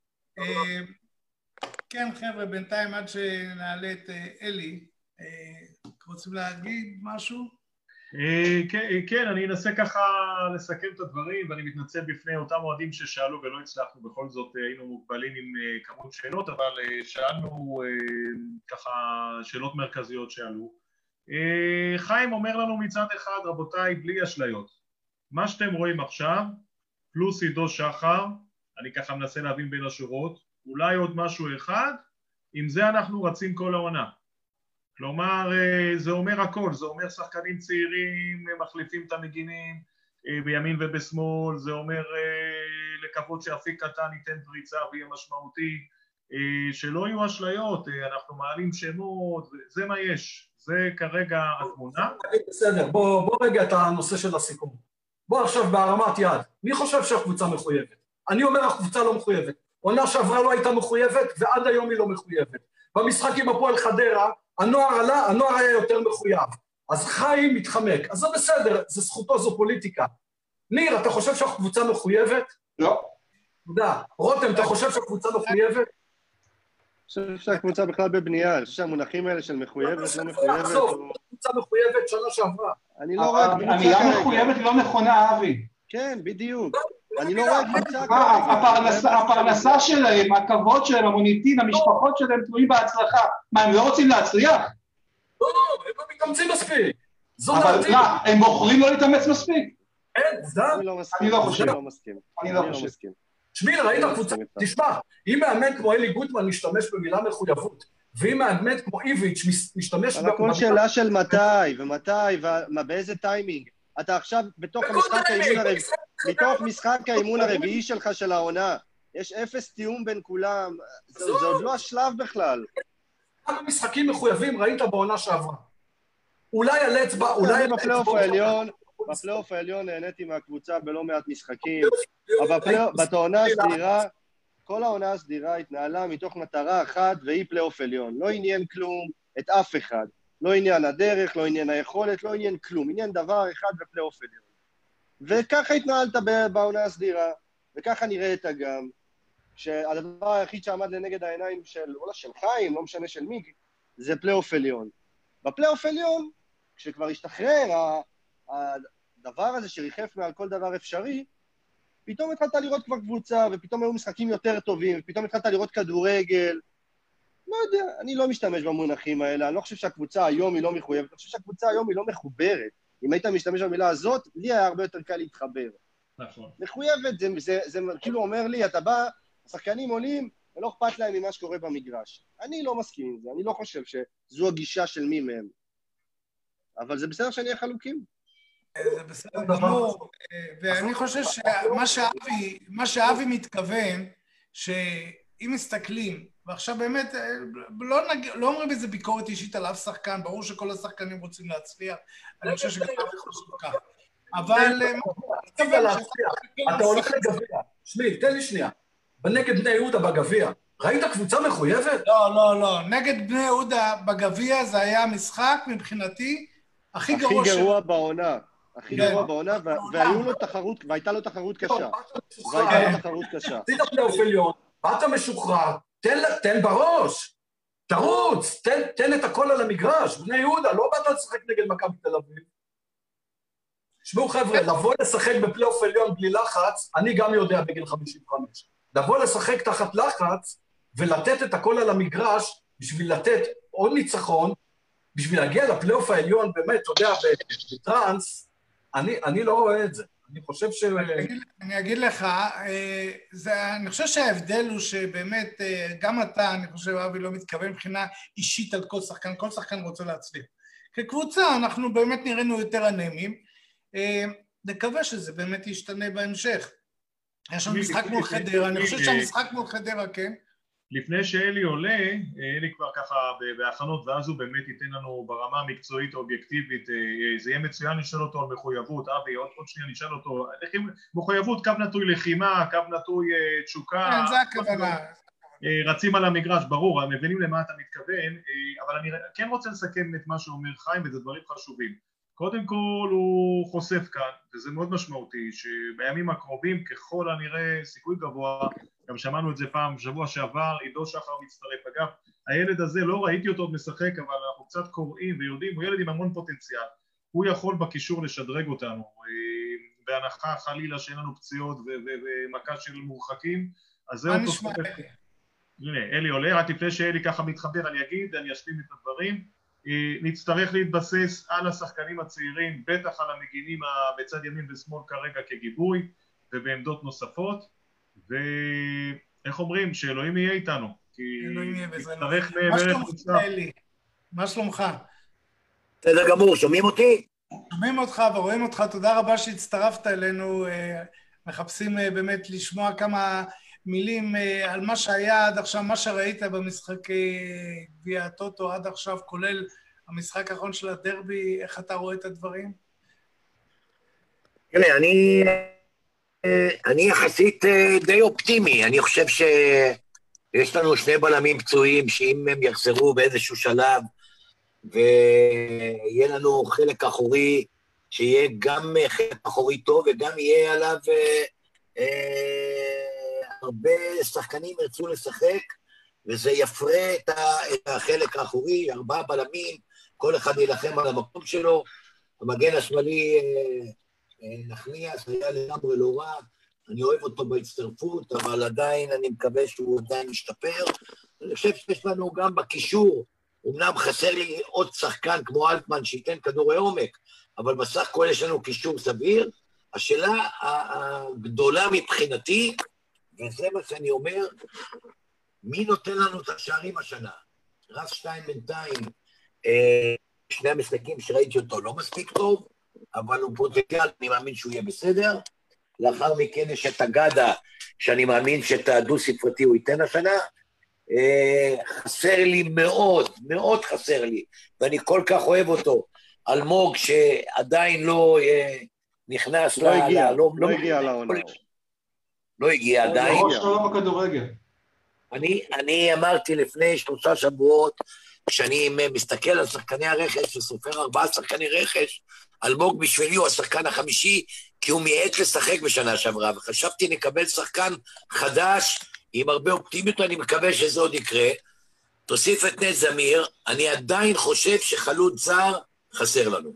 כן, חבר'ה, בינתיים עד שנעלה את אלי, רוצים להגיד משהו? כן, אני אנסה ככה לסכם את הדברים, ואני מתנצל בפני אותם אוהדים ששאלו ולא הצלחנו, בכל זאת היינו מוגבלים עם כמות שאלות, אבל שאלנו ככה שאלות מרכזיות שעלו. חיים אומר לנו מצד אחד, רבותיי, בלי אשליות, מה שאתם רואים עכשיו, פלוס עידו שחר, אני ככה מנסה להבין בין השורות, אולי עוד משהו אחד, עם זה אנחנו רצים כל העונה. כלומר, זה אומר הכל, זה אומר שחקנים צעירים, מחליפים את המגינים בימין ובשמאל, זה אומר לקוות שאפיק קטן ייתן פריצה ויהיה משמעותי, שלא יהיו אשליות, אנחנו מעלים שמות, זה מה יש, זה כרגע התמונה. בסדר, בוא רגע את הנושא של הסיכום. בוא עכשיו בהרמת יד, מי חושב שהקבוצה מחויבת? אני אומר הקבוצה לא מחויבת. עונה שעברה לא הייתה מחויבת, ועד היום היא לא מחויבת. במשחק עם הפועל חדרה, הנוער עלה, הנוער היה יותר מחויב. אז חיים מתחמק. אז זה בסדר, זה זכותו, זו פוליטיקה. ניר, אתה חושב שהקבוצה מחויבת? לא. תודה. רותם, אתה חושב שהקבוצה מחויבת? אני חושב שהקבוצה בכלל בבנייה, אני חושב שהמונחים האלה של מחויבת, לא מחויבת. הקבוצה מחויבת שנה שעברה. אני לא רואה קבוצה כרגע. המילה מחויבת לא נכונה, אבי. כן, בדיוק. אני לא רואה קבוצה כרגע. הפרנסה שלהם, הכבוד שלהם, המוניטין, המשפחות שלהם תלויים בהצלחה. מה, הם לא רוצים להצליח? לא, הם לא מתאמצים מספיק. אבל מה, הם בוחרים לא להתאמץ מספיק? אין, זה... אני לא חושב. אני לא מסכים. שמיל, ראית הקבוצה? תשמע, אם מאמן כמו אלי גוטמן משתמש במילה מחויבות, ואם מאמן כמו איביץ' משתמש... אבל הכל שאלה של מתי, ובאיזה טיימינג. אתה עכשיו בתוך משחק האימון הרביעי שלך של העונה, יש אפס תיאום בין כולם, זה עוד לא השלב בכלל. כמה משחקים מחויבים ראית בעונה שעברה? אולי על אצבע, אולי... בפלייאוף העליון נהניתי מהקבוצה בלא מעט משחקים, אבל בתעונה הסדירה, כל העונה הסדירה התנהלה מתוך מטרה אחת, והיא פלייאוף עליון. לא עניין כלום את אף אחד. לא עניין הדרך, לא עניין היכולת, לא עניין כלום. עניין דבר אחד בפלייאוף עליון. וככה התנהלת בעונה הסדירה, וככה נראית גם, שהדבר היחיד שעמד לנגד העיניים של חיים, לא משנה של מי, זה פלייאוף עליון. בפלייאוף עליון, כשכבר השתחרר הדבר הזה שריחף מעל כל דבר אפשרי, פתאום התחלת לראות כבר קבוצה, ופתאום היו משחקים יותר טובים, ופתאום התחלת לראות כדורגל. לא יודע, אני לא משתמש במונחים האלה, אני לא חושב שהקבוצה היום היא לא מחויבת, אני חושב שהקבוצה היום היא לא מחוברת. אם היית משתמש במילה הזאת, לי היה הרבה יותר קל להתחבר. נכון. מחויבת, זה כאילו אומר לי, אתה בא, השחקנים עולים, ולא אכפת להם ממה שקורה במגרש. אני לא מסכים עם זה, אני לא חושב שזו הגישה של מי מהם. אבל זה בסדר שאני אהיה חלוקים. זה בסדר גמור, ואני חושב שמה שאבי מתכוון, אם מסתכלים, ועכשיו באמת, לא אומרים איזה ביקורת אישית על אף שחקן, ברור שכל השחקנים רוצים להצליח, אני חושב שגם אף חושב כך. אבל... אתה הולך לגביע. שמי, תן לי שנייה. בנגד בני יהודה בגביע, ראית קבוצה מחויבת? לא. נגד בני יהודה בגביע זה היה משחק מבחינתי הכי גרוע הכי גרוע בעונה. הכי גרוע בעונה, והייתה לו תחרות קשה. עשית פלייאוף עליון, באת משוחרר, תן בראש, תרוץ, תן את הכל על המגרש, בני יהודה, לא באת לשחק נגד מכבי תל אביב. תשמעו חבר'ה, לבוא לשחק בפלייאוף עליון בלי לחץ, אני גם יודע בגיל 55. לבוא לשחק תחת לחץ ולתת את הכל על המגרש בשביל לתת עוד ניצחון, בשביל להגיע לפלייאוף העליון, באמת, אתה יודע, בטרנס, אני לא רואה את זה. אני חושב ש... אני אגיד לך, אני חושב שההבדל הוא שבאמת, גם אתה, אני חושב, אבי, לא מתכוון מבחינה אישית על כל שחקן רוצה להצליח. כקבוצה, אנחנו באמת נראינו יותר אנמים, נקווה שזה באמת ישתנה בהמשך. יש לנו משחק מול חדרה, אני חושב שהמשחק מול חדרה, כן? לפני שאלי עולה, אלי כבר ככה בהכנות, ואז הוא באמת ייתן לנו ברמה המקצועית האובייקטיבית, זה יהיה מצוין לשאול אותו על מחויבות, אבי, עוד שנייה נשאל אותו, מחויבות, קו נטוי לחימה, קו נטוי תשוקה, כן, זה הכוונה. רצים על המגרש, ברור, מבינים למה אתה מתכוון, אבל אני כן רוצה לסכם את מה שאומר חיים, וזה דברים חשובים. קודם כל הוא חושף כאן, וזה מאוד משמעותי, שבימים הקרובים ככל הנראה סיכוי גבוה, גם שמענו את זה פעם, שבוע שעבר, עידו שחר מצטרף. אגב, הילד הזה, לא ראיתי אותו עוד משחק, אבל אנחנו קצת קוראים ויודעים, הוא ילד עם המון פוטנציאל, הוא יכול בקישור לשדרג אותנו, בהנחה חלילה שאין לנו פציעות ומכה של מורחקים, אז זה אותו סופר. הנה, אלי עולה, רק לפני שאלי ככה מתחבר, אני אשלים את הדברים, נצטרך להתבסס על השחקנים הצעירים, בטח על המגינים בצד ימין ושמאל כרגע כגיבוי, ובעמדות נוספות, ואיך אומרים? שאלוהים יהיה איתנו. אלוהים יהיה בזרנו. מה שלומך, אלי? מה שלומך? בסדר גמור, שומעים אותי? שומעים אותך ורואים אותך, תודה רבה שהצטרפת אלינו, מחפשים באמת לשמוע כמה מילים על מה שהיה עד עכשיו, מה שראית במשחקי גביע הטוטו עד עכשיו, כולל המשחק האחרון של הדרבי, איך אתה רואה את הדברים? תראה, אני יחסית די אופטימי, אני חושב שיש לנו שני בלמים פצועים, שאם הם יחזרו באיזשהו שלב, ויהיה לנו חלק אחורי, שיהיה גם חלק אחורי טוב, וגם יהיה עליו הרבה שחקנים ירצו לשחק, וזה יפרה את החלק האחורי, 4 בלמים, כל אחד ילחם על המקום שלו, המגן השמאלי נחמיאס היה לגמרי לא רע, אני אוהב אותו בהצטרפות, אבל עדיין אני מקווה שהוא עדיין משתפר, אני חושב שיש לנו גם בקישור, אמנם חסר לי עוד שחקן כמו אלטמן שייתן כדורי עומק, אבל בסך הכל יש לנו קישור סביר, השאלה הגדולה מבחינתי, וזה מה שאני אומר, מי נותן לנו את השערים השנה? רז שטיין בינתיים, שני המשחקים שראיתי אותו לא מספיק טוב, אבל הוא פוטנציאל, אני מאמין שהוא יהיה בסדר. לאחר מכן יש את הגדה, שאני מאמין שאת הדו-ספרתי הוא ייתן השנה. חסר לי מאוד, מאוד חסר לי, ואני כל כך אוהב אותו. אלמוג שעדיין לא נכנס, לא הגיע לעונה. לא הגיע עדיין. ראש שלום בכדורגל. אני אמרתי לפני 3 שבועות, כשאני מסתכל על שחקני הרכש, וסופר 4 שחקני רכש, אלמוג בשבילי הוא השחקן החמישי, כי הוא מייעץ לשחק בשנה שעברה, וחשבתי נקבל שחקן חדש, עם הרבה אופטימיות, אני מקווה שזה עוד יקרה. תוסיף את נט זמיר, אני עדיין חושב שחלוץ זר חסר לנו.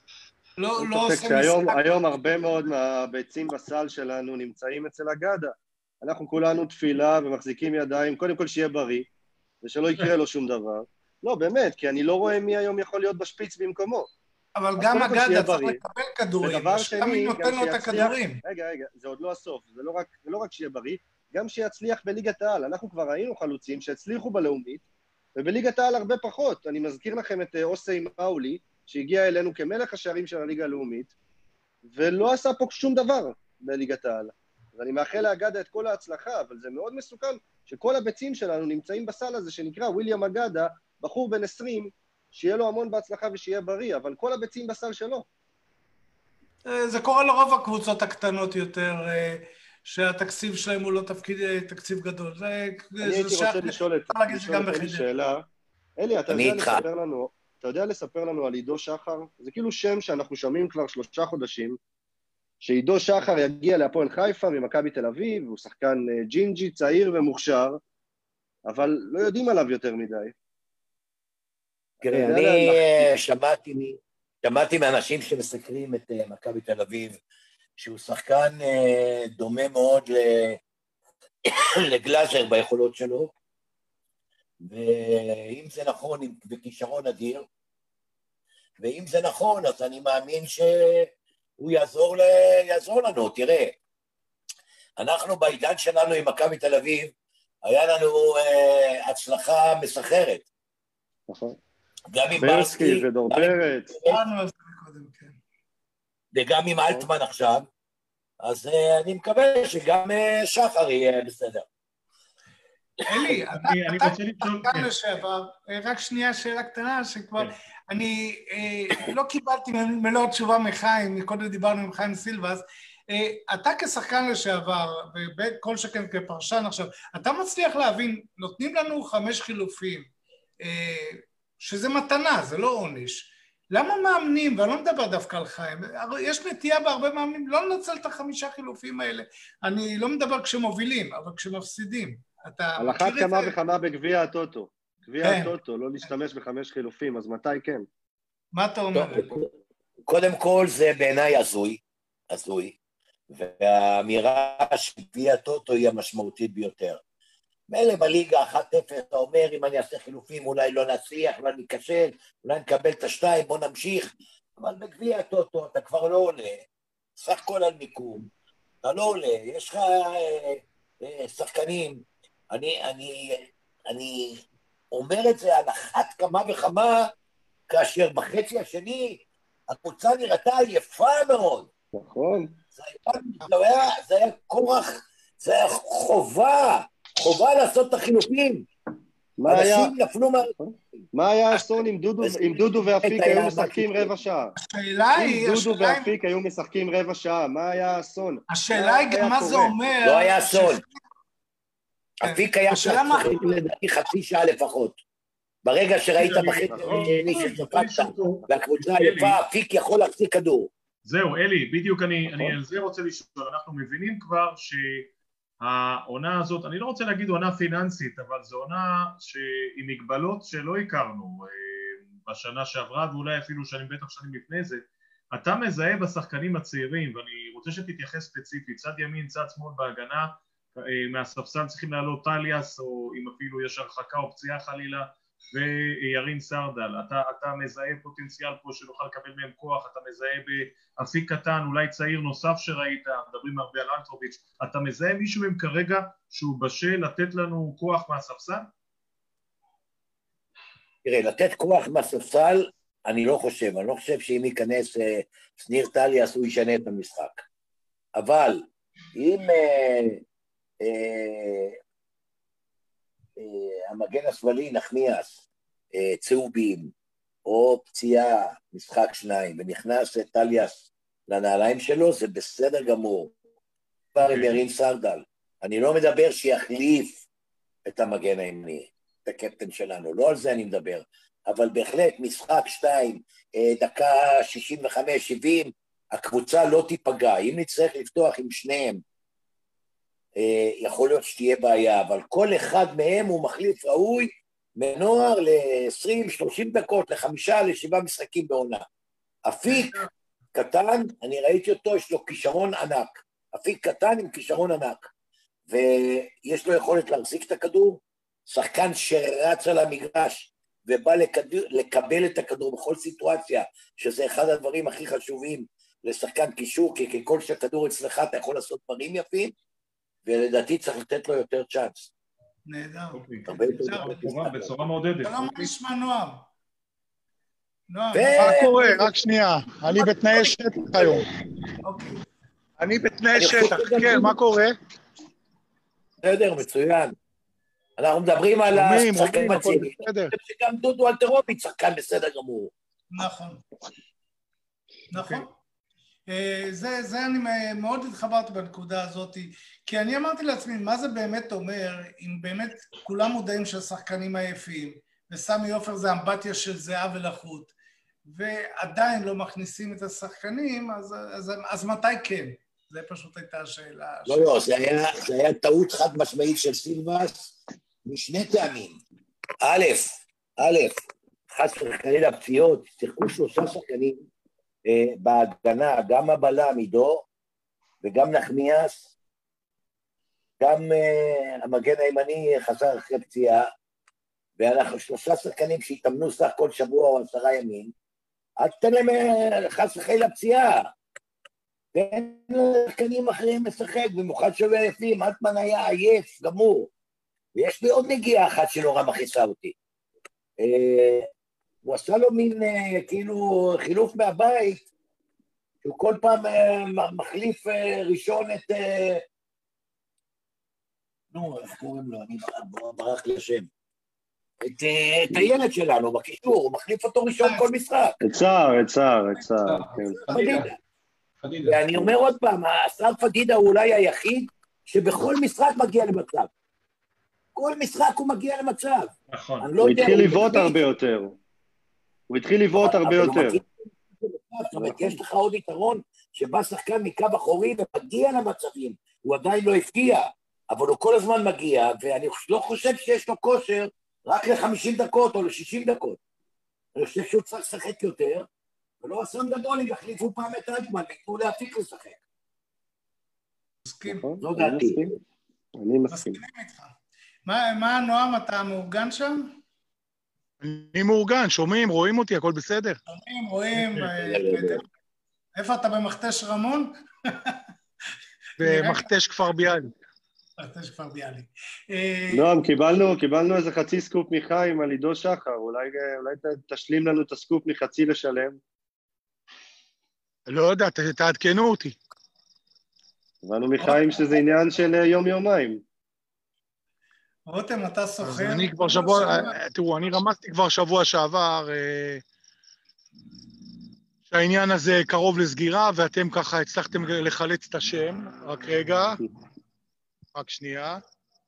לא עושה משחק. היום הרבה מאוד מהביצים בסל שלנו נמצאים אצל הגדה. אנחנו כולנו תפילה ומחזיקים ידיים, קודם כל שיהיה בריא, ושלא יקרה לו שום דבר. לא, באמת, כי אני לא רואה מי היום יכול להיות בשפיץ במקומו. אבל גם הגדה צריך לקבל כדורים, מי נותן לו את הכדורים. רגע, זה עוד לא הסוף, זה לא רק שיהיה בריא, גם שיצליח בליגת העל. אנחנו כבר ראינו חלוצים שהצליחו בלאומית, ובליגת העל הרבה פחות. אני מזכיר לכם את אוסי מאולי, שהגיע אלינו כמלך השערים של הליגה הלאומית, ולא עשה פה שום דבר בליגת העל. אז אני מאחל לאגדה את כל ההצלחה, אבל זה מאוד מסוכן שכל הביצים שלנו נמצאים בסל הזה שנקרא וויליאם אגדה, בחור בן 20, שיהיה לו המון בהצלחה ושיהיה בריא, אבל כל הביצים בסל שלו. זה קורה לרוב הקבוצות הקטנות יותר, שהתקציב שלהם הוא לא תקציב גדול. אני הייתי רוצה לשאול את אלי שאלה. אלי, אתה יודע לספר לנו על עידו שחר? זה כאילו שם שאנחנו שומעים כבר 3 חודשים, שעידו שחר יגיע להפועל חיפה ממכבי תל אביב, הוא שחקן ג'ינג'י, צעיר ומוכשר, אבל לא יודעים עליו יותר מדי. תראה, אני שמעתי מאנשים שמסקרים את מכבי תל אביב, שהוא שחקן דומה מאוד לגלאזר ביכולות שלו, ואם זה נכון, וכישרון אדיר, ואם זה נכון, אז אני מאמין שהוא יעזור לנו. תראה, אנחנו בעידן שלנו עם מכבי תל אביב, היה לנו הצלחה מסחרת. נכון. גם עם ברסקי ודור פרץ. וגם עם אלטמן עכשיו, אז אני מקווה שגם שחר יהיה בסדר. אלי, אתה שחקן לשעבר, רק שנייה שאלה קטנה, שכבר אני לא קיבלתי מלוא תשובה מחיים, מקודם דיברנו עם חיים סילבס, אתה כשחקן לשעבר, וכל שכן כפרשן עכשיו, אתה מצליח להבין, נותנים לנו 5 חילופים, שזה מתנה, זה לא עונש. למה מאמנים, ואני לא מדבר דווקא על חיים, יש נטייה בהרבה מאמנים לא לנצל את 5 חילופים האלה, אני לא מדבר כשמובילים, אבל כשמפסידים. על אחת כמה וכמה בגביע הטוטו. גביע הטוטו, לא להשתמש ב5 חילופים, אז מתי כן? מה אתה אומר? קודם כל זה בעיניי הזוי, והאמירה שגביע הטוטו היא המשמעותית ביותר. מילא בליגה 1-0, אתה אומר, אם אני אעשה חילופים, אולי לא נצליח, אולי נקשל, אולי נקבל את 2, בוא נמשיך, אבל בגביע הטוטו אתה כבר לא עולה, סך הכל על מיקום, אתה לא עולה, יש לך שחקנים, אני אומר את זה על אחת כמה וכמה, כאשר בחצי השני, הקבוצה נראתה יפה מאוד. נכון. זה היה כורח, זה היה חובה לעשות את החילופים. מה היה האסון אם דודו ואפיק היו משחקים רבע שעה? אם דודו ואפיק היו משחקים רבע שעה, מה היה האסון? השאלה היא גם מה זה אומר... לא היה אסון. אפיק היה משחק לדעתי חצי שעה לפחות. ברגע שראית בחצי שספקת והקבוצה היפה, אפיק יכול להחזיק כדור. זהו, אלי, בדיוק אני על זה רוצה לשאול. אנחנו מבינים כבר שהעונה הזאת, אני לא רוצה להגיד עונה פיננסית, אבל זו עונה עם מגבלות שלא הכרנו בשנה שעברה, ואולי אפילו בטח שנים לפני זה. אתה מזהה בשחקנים הצעירים, ואני רוצה שתתייחס ספציפית, צד ימין, צד שמאל בהגנה, מהספסל צריכים לעלות טליאס, או אם אפילו יש הרחקה או פציעה חלילה, וירין סרדל. אתה מזהה פוטנציאל פה שנוכל לקבל מהם כוח, אתה מזהה באפיק קטן, אולי צעיר נוסף שראית, מדברים הרבה על אלטרוביץ', אתה מזהה מישהו מהם כרגע שהוא בשל לתת לנו כוח מהספסל? תראה, לתת כוח מהספסל, אני לא חושב שאם ייכנס שניר טליאס הוא ישנה את המשחק. אבל אם המגן השמאלי נחמיאס, צהובים, או פציעה, משחק 2, ונכנס טליאס לנעליים שלו, זה בסדר גמור. כבר עם ירין סרדל, אני לא מדבר שיחליף את המגן הימני, את הקפטן שלנו, לא על זה אני מדבר, אבל בהחלט משחק 2, דקה 65-70, הקבוצה לא תיפגע. אם נצטרך לפתוח עם שניהם, יכול להיות שתהיה בעיה, אבל כל אחד מהם הוא מחליף ראוי מנוער ל-20-30 דקות, ל5-7 משחקים בעונה. אפיק קטן, אני ראיתי אותו, יש לו כישרון ענק. אפיק קטן עם כישרון ענק, ויש לו יכולת להחזיק את הכדור, שחקן שרץ על המגרש ובא לקבל את הכדור בכל סיטואציה, שזה אחד הדברים הכי חשובים לשחקן קישור, כי ככל שהכדור אצלך אתה יכול לעשות דברים יפים, ולדעתי צריך לתת לו יותר צ'אנס. נהדר. בצורה מעודדת. אתה לא נשמע נועם. מה קורה? רק שנייה. אני בתנאי שטח היום. אני בתנאי שטח, כן, מה קורה? בסדר, מצוין. אנחנו מדברים על השחקנים הצעירים. שגם דודו אלטרוביץ' שחקן בסדר גמור. נכון. נכון. זה אני מאוד התחברתי בנקודה הזאת, כי אני אמרתי לעצמי, מה זה באמת אומר, אם באמת כולם מודעים שהשחקנים עייפים, וסמי עופר זה אמבטיה של זהה ולחות, ועדיין לא מכניסים את השחקנים, אז מתי כן? זה פשוט הייתה השאלה. לא, זה היה טעות חד משמעית של סילבס, משני טעמים. א', חס וחלילה פציעות, שיחקו 3 שחקנים בהגנה, גם הבלם עידו, וגם נחמיאס, גם המגן הימני חזר אחרי פציעה, ואנחנו 3 שחקנים שהתאמנו סך כל שבוע או 10 ימים, אז תן להם חס וחלילה פציעה. ואין שחקנים אחרים לשחק, במיוחד שלא עייפים, אלטמן היה עייף, גמור. ויש לי עוד נגיעה אחת שנורא מכעיסה אותי. הוא עשה לו מין כאילו חילוף מהבית, שהוא כל פעם מחליף ראשון את... נו, איך קוראים לו? אני ברח לי השם. את הילד שלנו בקישור, הוא מחליף אותו ראשון כל משחק. את סער. ואני אומר עוד פעם, השר פדידה הוא אולי היחיד שבכל משחק מגיע למצב. כל משחק הוא מגיע למצב. נכון. הוא התחיל לבעוט הרבה יותר. זאת אומרת, יש לך עוד יתרון שבא שחקן מקו אחורי ומגיע למצבים. הוא עדיין לא הפגיע, אבל הוא כל הזמן מגיע, ואני לא חושב שיש לו כושר רק ל-50 דקות או ל-60 דקות. אני חושב שהוא צריך לשחק יותר, ולא אסון גדול אם יחליפו פעם את אלטמן, ויתנו להפיק לשחק. מסכים. זו דעתי. אני מסכים. איתך. מה, נועם, אתה מאורגן שם? אני מאורגן, שומעים, רואים אותי, הכל בסדר? רואים. איפה אתה, במכתש רמון? במכתש כפר ביאליק. מכתש כפר ביאליק. נועם, קיבלנו איזה חצי סקופ מחיים על עידו שחר, אולי תשלים לנו את הסקופ מחצי לשלם. לא יודע, תעדכנו אותי. הבנו מחיים שזה עניין של יום-יומיים. רותם, אתה סוחר? אני כבר שבוע, תראו, אני רמזתי כבר שבוע שעבר שהעניין הזה קרוב לסגירה, ואתם ככה הצלחתם לחלץ את השם. רק רגע, רק שנייה.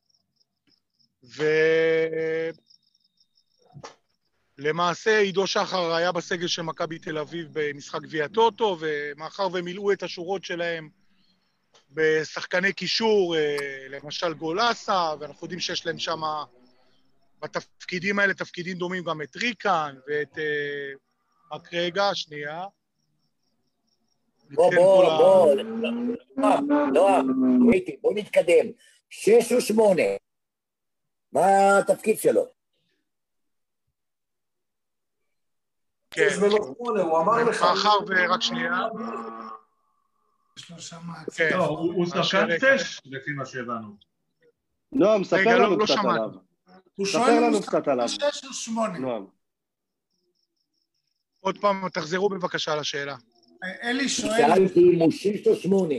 ולמעשה עידו שחר היה בסגל של מכבי תל אביב במשחק גביע טוטו, ומאחר ומילאו את השורות שלהם בשחקני קישור, למשל גולסה, ואנחנו יודעים שיש להם שם בתפקידים האלה תפקידים דומים גם את ריקן ואת... רק רגע, שנייה. בוא נתקדם. 6 או 8. מה התפקיד שלו? כן. הוא אמר לך... מאחר ורק שנייה. הוא שחקן 6, לפי מה שהבנו. נועם, ספר לנו קצת עליו. הוא שואל לנו קצת עליו. 6 או 8. נועם. עוד פעם, תחזרו בבקשה לשאלה. אלי שואל... שאלתי אם הוא 6 או 8.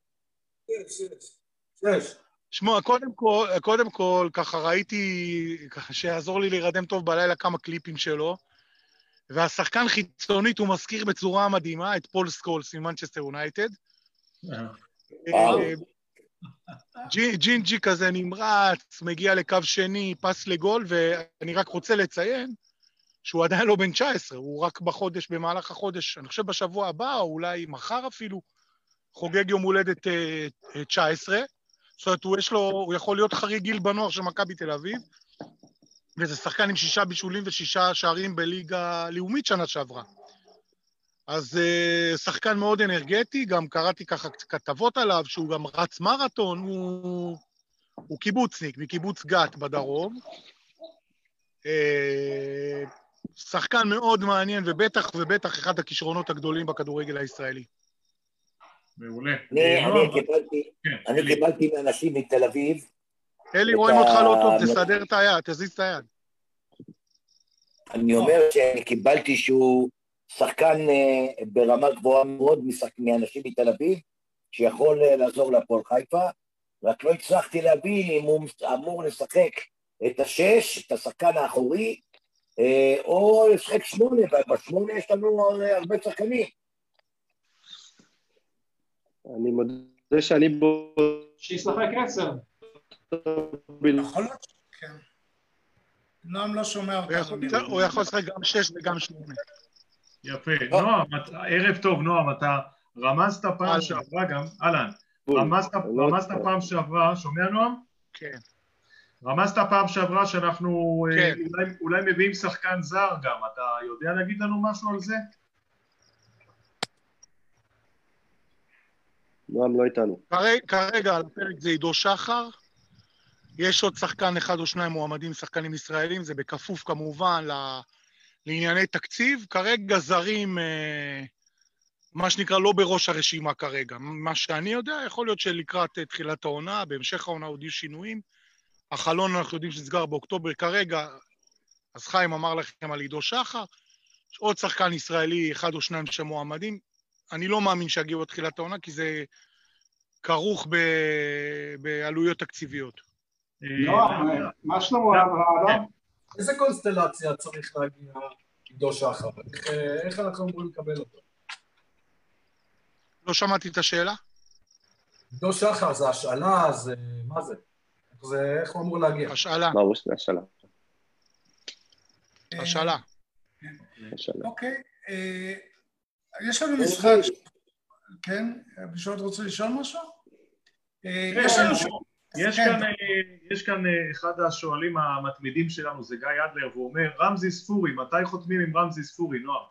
6. שמוע, קודם כל, ככה ראיתי, שיעזור לי להירדם טוב בלילה כמה קליפים שלו, והשחקן חיצונית הוא מזכיר בצורה מדהימה את פול סקולס ממנצ'סטר יונייטד. ג'ינג'י כזה נמרץ, מגיע לקו שני, פס לגול, ואני רק רוצה לציין שהוא עדיין לא בן 19, הוא רק במהלך החודש, אני חושב בשבוע הבא, או אולי מחר אפילו, חוגג יום הולדת 19, זאת אומרת, הוא יכול להיות חריג גיל בנוער של מכבי תל אביב, וזה שחקן עם 6 בישולים ו6 שערים בליגה לאומית שנה שעברה. אז שחקן מאוד אנרגטי, גם קראתי ככה כתבות עליו, שהוא גם רץ מרתון, הוא קיבוצניק, מקיבוץ גת בדרום. שחקן מאוד מעניין, ובטח אחד הכישרונות הגדולים בכדורגל הישראלי. מעולה. אני קיבלתי מאנשים מתל אביב. אלי, רואים אותך לא טוב, תסדר את היד, תזיז את היד. אני אומר שאני קיבלתי שהוא שחקן ברמה גבוהה מאוד מאנשים מתל אביב, שיכול לעזור להפועל חיפה, רק לא הצלחתי להבין אם הוא אמור לשחק את השש, את השחקן האחורי, או לשחק 8, וב8 יש לנו הרבה שחקנים. אני מודה שאני בו... שישחק 10. יכול להיות, כן. נועם לא שומע אותנו. הוא יכול לשחק גם 6 וגם 8. יפה. נועם, ערב טוב, נועם, אתה רמזת פעם שעברה גם, אהלן, רמזת פעם שעברה, שומע נועם? כן. רמזת פעם שעברה שאנחנו אולי מביאים שחקן זר גם, אתה יודע להגיד לנו משהו על זה? נועם לא איתנו. כרגע על הפרק זה עידו שחר, יש עוד שחקן אחד או שניים מועמדים, שחקנים ישראלים, זה בכפוף כמובן לענייני תקציב, כרגע זרים, מה שנקרא לא בראש הרשימה כרגע, מה שאני יודע, יכול להיות שלקראת תחילת העונה, בהמשך העונה עוד יהיו שינויים, החלון אנחנו יודעים שנסגר באוקטובר כרגע, אז חיים אמר לכם על עידו שחר, עוד שחקן ישראלי, אחד או שניים שמועמדים, אני לא מאמין שיגיעו בתחילת העונה, כי זה כרוך בעלויות תקציביות. לא, מה שלמה? איזה קונסטלציה צריך להגיע עידו שחר? איך אנחנו אמורים לקבל אותו? לא שמעתי את השאלה. עידו שחר זה השאלה, זה... מה זה? איך הוא אמור להגיע? השאלה. ברור שזה השאלה. השאלה. אוקיי. יש לנו משחק... כן? בשביל רוצה לשאול משהו? יש כאן אחד השואלים המתמידים שלנו, זה גיא אדלר, והוא אומר, רמזי ספורי, מתי חותמים עם רמזי ספורי, נועם?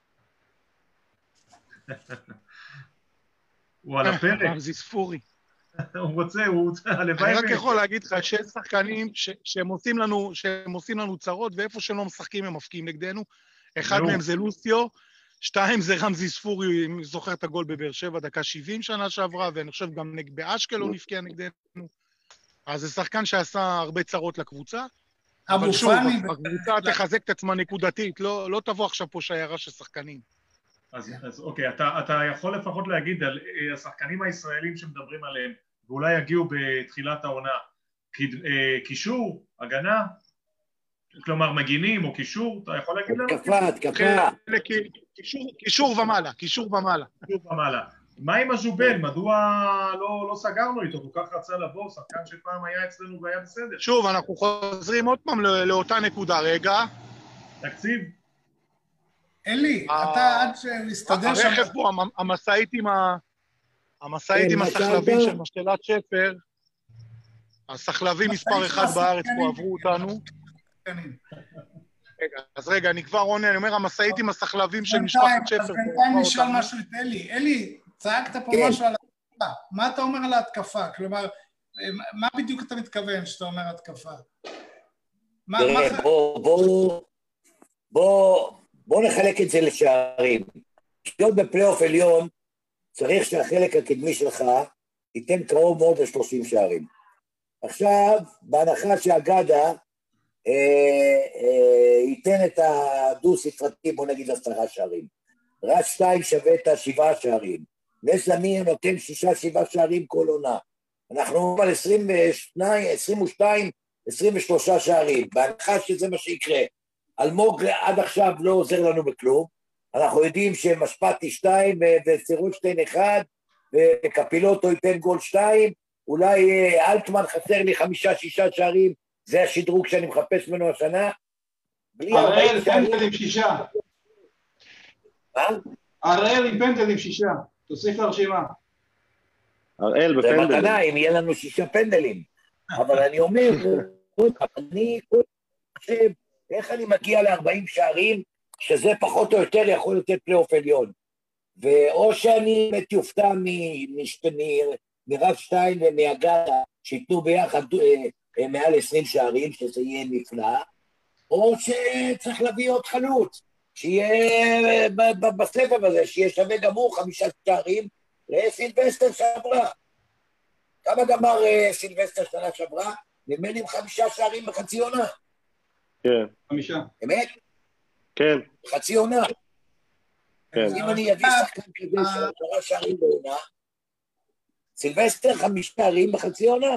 הוא על הפרק. רמזי ספורי. הוא רוצה, הלוואי... אני רק יכול להגיד לך שיש שחקנים שהם עושים לנו צרות, ואיפה שהם לא משחקים הם מפקיעים נגדנו. אחד מהם זה לוסיו, 2 זה רמזי ספורי, אם זוכר את הגול בבאר שבע, דקה 70 שנה שעברה, ואני חושב גם באשקלון נפקיע נגדנו. אז זה שחקן שעשה הרבה צרות לקבוצה. אבל שוב, הקבוצה תחזק את עצמה נקודתית, לא תבוא עכשיו פה שיירה של שחקנים. אז אוקיי, אתה יכול לפחות להגיד על השחקנים הישראלים שמדברים עליהם, ואולי יגיעו בתחילת העונה, קישור, הגנה, כלומר מגינים או קישור, אתה יכול להגיד לנו? התקפה. קישור ומעלה. מה עם הז'ובל? מדוע לא סגרנו איתו? הוא כך רצה לבוא, שחקן שפעם היה אצלנו והיה בסדר. שוב, אנחנו חוזרים עוד פעם לאותה נקודה, רגע. תקציב? אלי, אתה עד שמסתדר שם... הרכב פה, המשאית עם הסחלבים של משתלת שפר, הסחלבים מספר 1 בארץ פה עברו אותנו. אז רגע, אני כבר עונה, אני אומר, המשאית עם הסחלבים של משפחת שפר. אז בינתיים נשאל משהו את אלי. אלי, צעקת פה משהו על התקפה. מה אתה אומר על ההתקפה? כלומר, מה בדיוק אתה מתכוון שאתה אומר התקפה? תראה, בוא נחלק את זה לשערים. להיות בפלייאוף עליון, צריך שהחלק הקדמי שלך ייתן קרוב מאוד ל-30 שערים. עכשיו, בהנחה שהגדה ייתן את הדו ספרתי, בוא נגיד 10 שערים. רק 2 שווה את 7 שערים. נס למיר נותן 6-7 שערים כל עונה. אנחנו על 22, 23 שערים. בהנחה שזה מה שיקרה. אלמוג עד עכשיו לא עוזר לנו בכלום. אנחנו יודעים שמשפטי 2 וסירושטיין 1 וקפילוטו ייתן גול 2. אולי אלטמן חסר לי 5-6 שערים. זה השדרוג שאני מחפש ממנו השנה. הראל פנדל עם 6. מה? הראל עם פנדל עם 6. תוסיף לרשימה. הראל בפנדל. זה מתנה, אם יהיה לנו 6 פנדלים. אבל אני אומר, אני חושב, איך אני מגיע ל-40 שערים, שזה פחות או יותר יכול לתת פלייאוף עליון. ואו שאני באמת יופתע מרב שטיין ומהגדה, שיתנו ביחד מעל 20 שערים, שזה יהיה נפלא, או שצריך להביא עוד חלוץ, שיהיה בסבב הזה, שיהיה שווה גם הוא 5 שערים לסילבסטר שעברה. כמה גמר סילבסטר שנה שעברה? נדמה לי עם 5 שערים בחצי עונה. כן. 5. אמת? כן. חצי עונה. כן. אם אני אביא שחקן כזה 10 שערים בעונה, סילבסטר 5 שערים בחצי עונה.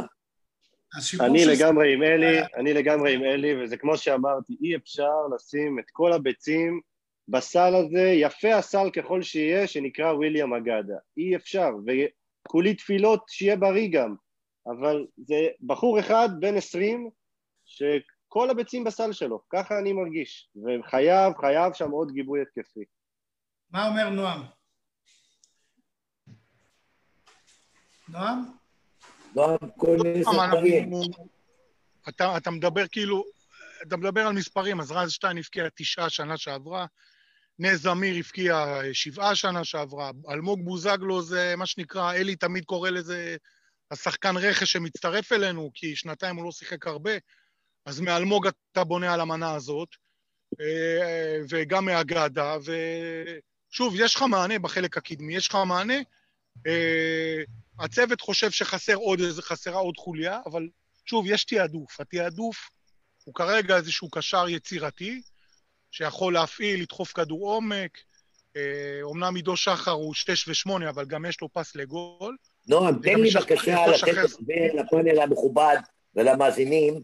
אני לגמרי עם אלי, וזה כמו שאמרתי, אי אפשר לשים את כל הביצים בסל הזה, יפה הסל ככל שיהיה, שנקרא וויליאם אגדה. אי אפשר, וכולי תפילות שיהיה בריא גם, אבל זה בחור אחד בן 20, שכל הביצים בסל שלו, ככה אני מרגיש, וחייב שם עוד גיבוי התקפי. מה אומר נועם? נועם? נועם, כל מיני ספרים. אתה מדבר כאילו, אתה מדבר על מספרים, אז רז שטיין הפקיע 9 שנה שעברה, נס זמיר הפקיע 7 שנה שעברה, אלמוג בוזגלו זה מה שנקרא, אלי תמיד קורא לזה השחקן רכש שמצטרף אלינו, כי שנתיים הוא לא שיחק הרבה, אז מאלמוג אתה בונה על המנה הזאת, וגם מהגדה, ושוב, יש לך מענה בחלק הקדמי, יש לך מענה, הצוות חושב חסרה עוד חוליה, אבל שוב, יש תיעדוף. התיעדוף הוא כרגע איזשהו קשר יצירתי, שיכול להפעיל, לדחוף כדור עומק, אומנם עידו שחר הוא 6 ו8, אבל גם יש לו פס לגול. נועם, תן לי בבקשה לתת הסבר לפאנל המכובד ולמאזינים,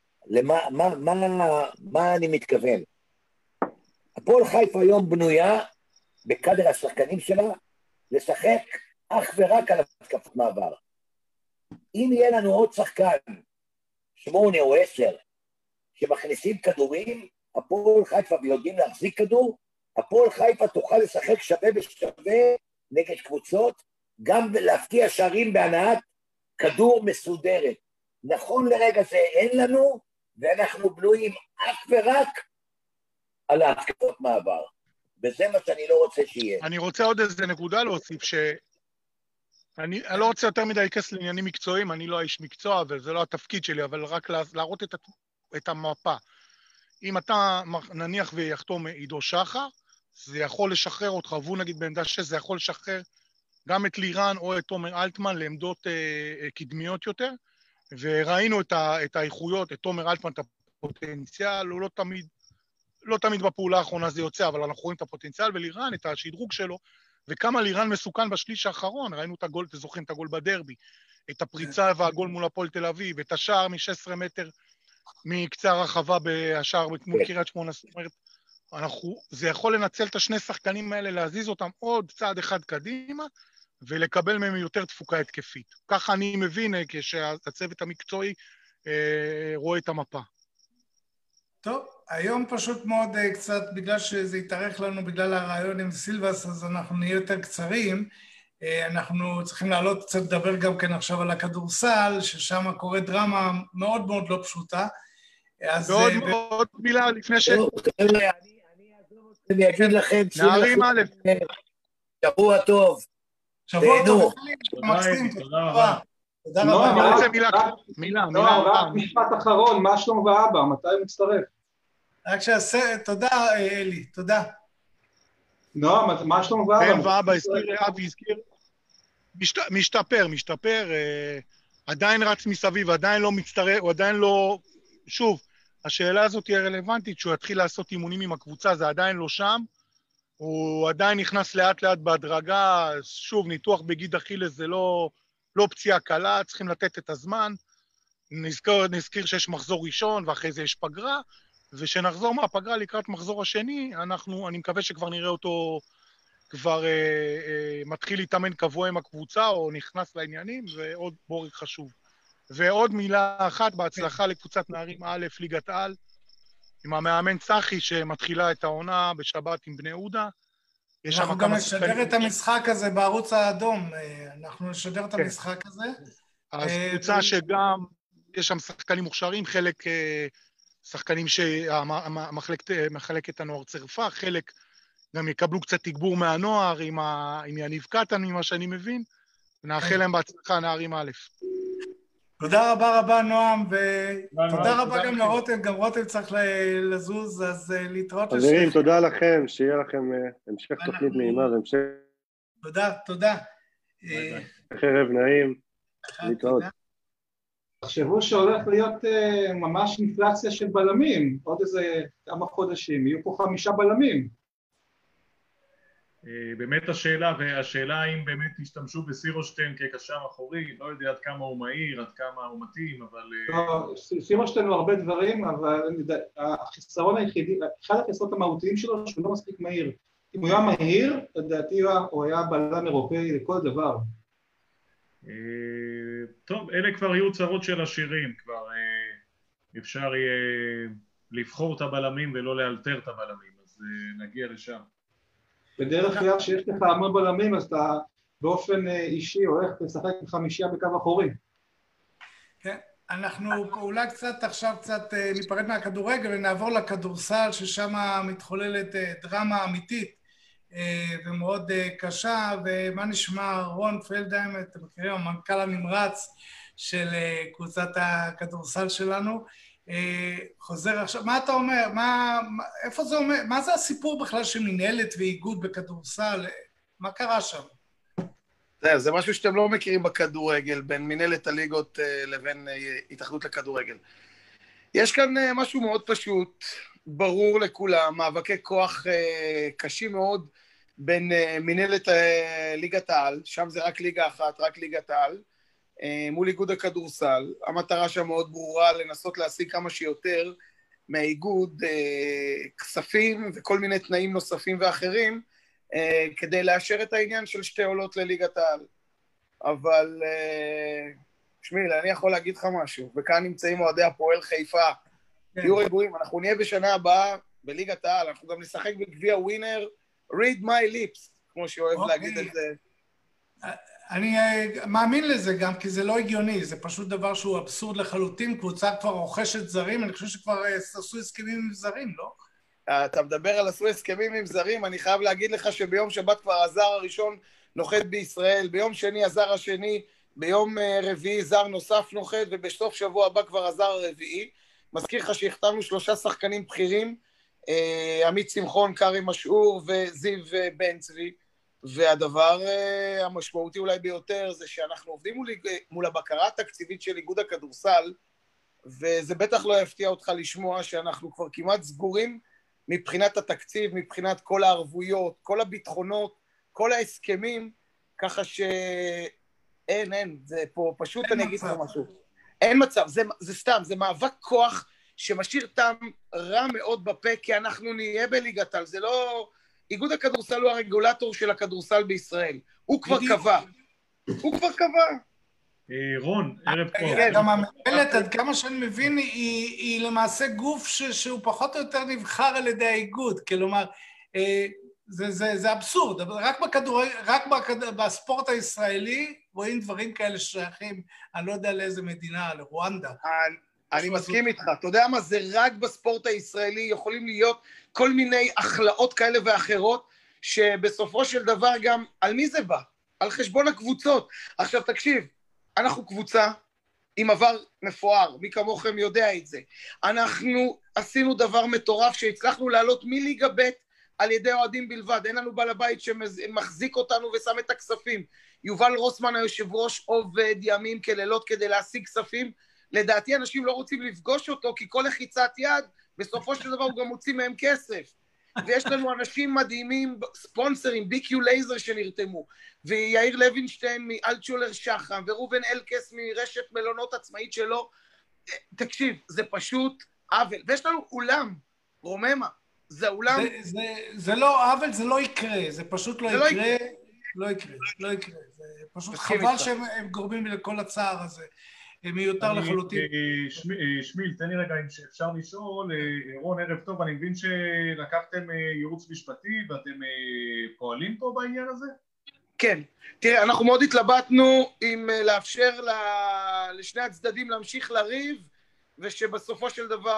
מה אני מתכוון. הפועל חיפה היום בנויה, בקדר השחקנים שלה, לשחק אך ורק על התקפת מעבר. אם יהיה לנו עוד שחקן, 8 או 10, שמכניסים כדורים, הפועל חיפה ויודעים להחזיק כדור, הפועל חיפה תוכל לשחק שווה בשווה נגד קבוצות, גם להפקיע שערים בהנעת כדור מסודרת. נכון לרגע זה אין לנו, ואנחנו בנויים אך ורק על ההתקפות מעבר. וזה מה שאני לא רוצה שיהיה. אני רוצה עוד איזה נקודה להוסיף, אני לא רוצה יותר מדי להיכנס לעניינים מקצועיים, אני לא האיש מקצוע וזה לא התפקיד שלי, אבל רק להראות את המפה. אם אתה נניח ויחתום עידו שחר, זה יכול לשחרר אותך, והוא נגיד בעמדה 6, זה יכול לשחרר גם את לירן או את תומר אלטמן לעמדות קדמיות יותר, וראינו את האיכויות, את תומר אלטמן, את הפוטנציאל, הוא לא תמיד בפעולה האחרונה זה יוצא, אבל אנחנו רואים את הפוטנציאל, ולירן, את השדרוג שלו, וכמה לירן מסוכן בשליש האחרון, ראינו את הגול, אתם זוכרים את הגול בדרבי, את הפריצה והגול מול הפועל תל אביב, את השער מ-16 מטר מקצה הרחבה בשער מול קריית שמונה, זאת אומרת, זה יכול לנצל את השני שחקנים האלה, להזיז אותם עוד צעד אחד קדימה, ולקבל מהם יותר תפוקה התקפית. ככה אני מבין כשהצוות המקצועי רואה את המפה. טוב, היום פשוט מאוד קצת, בגלל שזה יתארך לנו בגלל הרעיון עם סילבס, אז אנחנו נהיה יותר קצרים. אנחנו צריכים לעלות קצת לדבר גם כן עכשיו על הכדורסל, ששם קורה דרמה מאוד מאוד לא פשוטה. ועוד מילה לפני אני אגיד לכם, נערים א', שבוע טוב. שבוע טוב. תודה רבה. תודה רבה. אני רוצה מילה. רק משפט אחרון, מה שלום ואבא, מתי הוא מצטרף? רק שעשה, תודה אלי, תודה. נועם, מה שלום ואבא? כן, ואבא הזכיר, משתפר, עדיין רץ מסביב, עדיין לא מצטרף, הוא עדיין לא, שוב, השאלה הזאת היא רלוונטית, שהוא יתחיל לעשות אימונים עם הקבוצה, זה עדיין לא שם, הוא עדיין נכנס לאט לאט בהדרגה, שוב, ניתוח בגיד אכילס זה לא פציעה קלה, צריכים לתת את הזמן, נזכיר שיש מחזור ראשון, ואחרי זה יש פגרה, ושנחזור מהפגרה לקראת מחזור השני, אני מקווה שכבר נראה אותו, כבר מתחיל להתאמן קבוע עם הקבוצה, או נכנס לעניינים, ועוד בורג חשוב. ועוד מילה אחת, בהצלחה לקבוצת נערים א', ליגת על, עם המאמן צחי שמתחילה את העונה בשבת עם בני יהודה. אנחנו גם נשדר את המשחק הזה בערוץ האדום, אנחנו נשדר את המשחק הזה. אז קבוצה שגם, יש שם שחקנים מוכשרים, חלק שחקנים שמחלקת הנוער צרפה, חלק גם יקבלו קצת תגבור מהנוער עם יניב קטן, ממה שאני מבין, ונאחל להם בהצלחה נערים א'. תודה רבה נועם, ותודה רבה גם לרותם, גם רותם צריך לזוז, אז להתראות לשכם. חברים, תודה לכם, שיהיה לכם המשך תוכנית נעימה והמשך... תודה. ערב נעים, להתראות. תחשבו שהולך להיות ממש אינפלציה של בלמים, עוד איזה כמה חודשים, יהיו פה 5 בלמים. באמת השאלה האם באמת השתמשו בסירושטיין כקשר אחורי, לא יודע עד כמה הוא מהיר, עד כמה הוא מתאים, אבל... לא, סירושטיין הוא הרבה דברים, אבל החיסרון היחידי, אחד החיסרונות המהותיים שלו שהוא לא מספיק מהיר. אם הוא היה מהיר, לדעתי הוא היה בלם אירופאי לכל דבר. טוב, אלה כבר יהיו צרות של השירים, כבר אפשר יהיה לבחור את הבלמים ולא לאלתר את הבלמים, אז נגיע לשם. בדרך כלל שיש לך המון בלמים, אז אתה באופן אישי הולך לשחק עם חמישייה בקו אחורי. כן, אנחנו אולי עכשיו קצת ניפרד מהכדורגל ונעבור לכדורסל, ששם מתחוללת דרמה אמיתית ומאוד קשה. ומה נשמע, רון פלדהיים, אתם מכירים, המנכ"ל הנמרץ של קבוצת הכדורסל שלנו, חוזר עכשיו, מה אתה אומר? איפה זה אומר? מה זה הסיפור בכלל של מנהלת ואיגוד בכדורסל? מה קרה שם? זה משהו שאתם לא מכירים בכדורגל, בין מנהלת הליגות לבין התאחדות לכדורגל. יש כאן משהו מאוד פשוט, ברור לכולם, מאבקי כוח קשים מאוד בין מנהלת ליגת העל, שם זה רק ליגה אחת, רק ליגת העל, מול איגוד הכדורסל. המטרה שם מאוד ברורה, לנסות להשיג כמה שיותר מהאיגוד כספים וכל מיני תנאים נוספים ואחרים, כדי לאשר את העניין של שתי עולות לליגת העל. אבל שמיל, אני יכול להגיד לך משהו, וכאן נמצאים אוהדי הפועל חיפה, תהיו רגועים, אנחנו נהיה בשנה הבאה בליגת העל, אנחנו גם נשחק בגביע ווינר, read my lips, כמו שאוהב להגיד את זה. אני מאמין לזה גם, כי זה לא הגיוני, זה פשוט דבר שהוא אבסורד לחלוטין, קבוצה כבר רוכשת זרים, אני חושב שכבר עשו הסכמים עם זרים, לא? אתה מדבר על עשו הסכמים עם זרים, אני חייב להגיד לך שביום שבת כבר הזר הראשון נוחת בישראל, ביום שני הזר השני, ביום רביעי זר נוסף נוחת, ובסוף שבוע הבא כבר הזר הרביעי. מזכיר לך שהחתמנו 3 שחקנים בכירים, עמית שמחון, קרי משעור וזיו בן צבי, והדבר המשמעותי אולי ביותר זה שאנחנו עובדים מול הבקרה התקציבית של איגוד הכדורסל, וזה בטח לא יפתיע אותך לשמוע שאנחנו כבר כמעט סגורים מבחינת התקציב, מבחינת כל הערבויות, כל הביטחונות, כל ההסכמים, ככה שאין, זה פה פשוט אני אגיד לך משהו. אין מצב, זה סתם, זה מאבק כוח שמשאיר טעם רע מאוד בפה, כי אנחנו נהיה בליגת העל, זה לא... איגוד הכדורסל הוא הרגולטור של הכדורסל בישראל, הוא כבר קבע. רון, ערב טוב. גם המנהלת, עד כמה שאני מבין, היא למעשה גוף שהוא פחות או יותר נבחר על ידי האיגוד, כלומר, זה אבסורד, אבל רק בספורט הישראלי רואים דברים כאלה שייכים, אני לא יודע לאיזה מדינה, לרואנדה. אני מסכים איתך, אתה יודע מה, זה רק בספורט הישראלי, יכולים להיות כל מיני החלאות כאלה ואחרות, שבסופו של דבר גם, על מי זה בא? על חשבון הקבוצות. עכשיו תקשיב, אנחנו קבוצה עם עבר מפואר, מי כמוכם יודע את זה. אנחנו עשינו דבר מטורף שהצלחנו לעלות מליגה ב' על ידי אוהדים בלבד, אין לנו בעל הבית שמחזיק אותנו ושם את הכספים. יובל רוסמן היושב ראש עובד ימים כלילות כדי להשיג כספים, לדעתי אנשים לא רוצים לפגוש אותו, כי כל לחיצת יד, בסופו של דבר הוא גם מוציא מהם כסף. ויש לנו אנשים מדהימים, ספונסרים, BQ לייזר שנרתמו, ויאיר לוינשטיין מאלטשולר שחם, ורובן אלקס מרשת מלונות עצמאית שלו. תקשיב, זה פשוט עוול. ויש לנו אולם, רוממה, זה אולם... זה לא עוול, זה לא יקרה, זה פשוט לא יקרה. לא יקרה. זה פשוט חבל שהם גורמים לכל הצער הזה. מיותר לחלוטין. שמיל, תן לי רגע אם שאפשר לשאול, רון, ערב טוב, אני מבין שלקחתם ייעוץ משפטי ואתם פועלים פה בעניין הזה? כן, תראה, אנחנו מאוד התלבטנו אם לאפשר לשני הצדדים להמשיך לריב, ושבסופו של דבר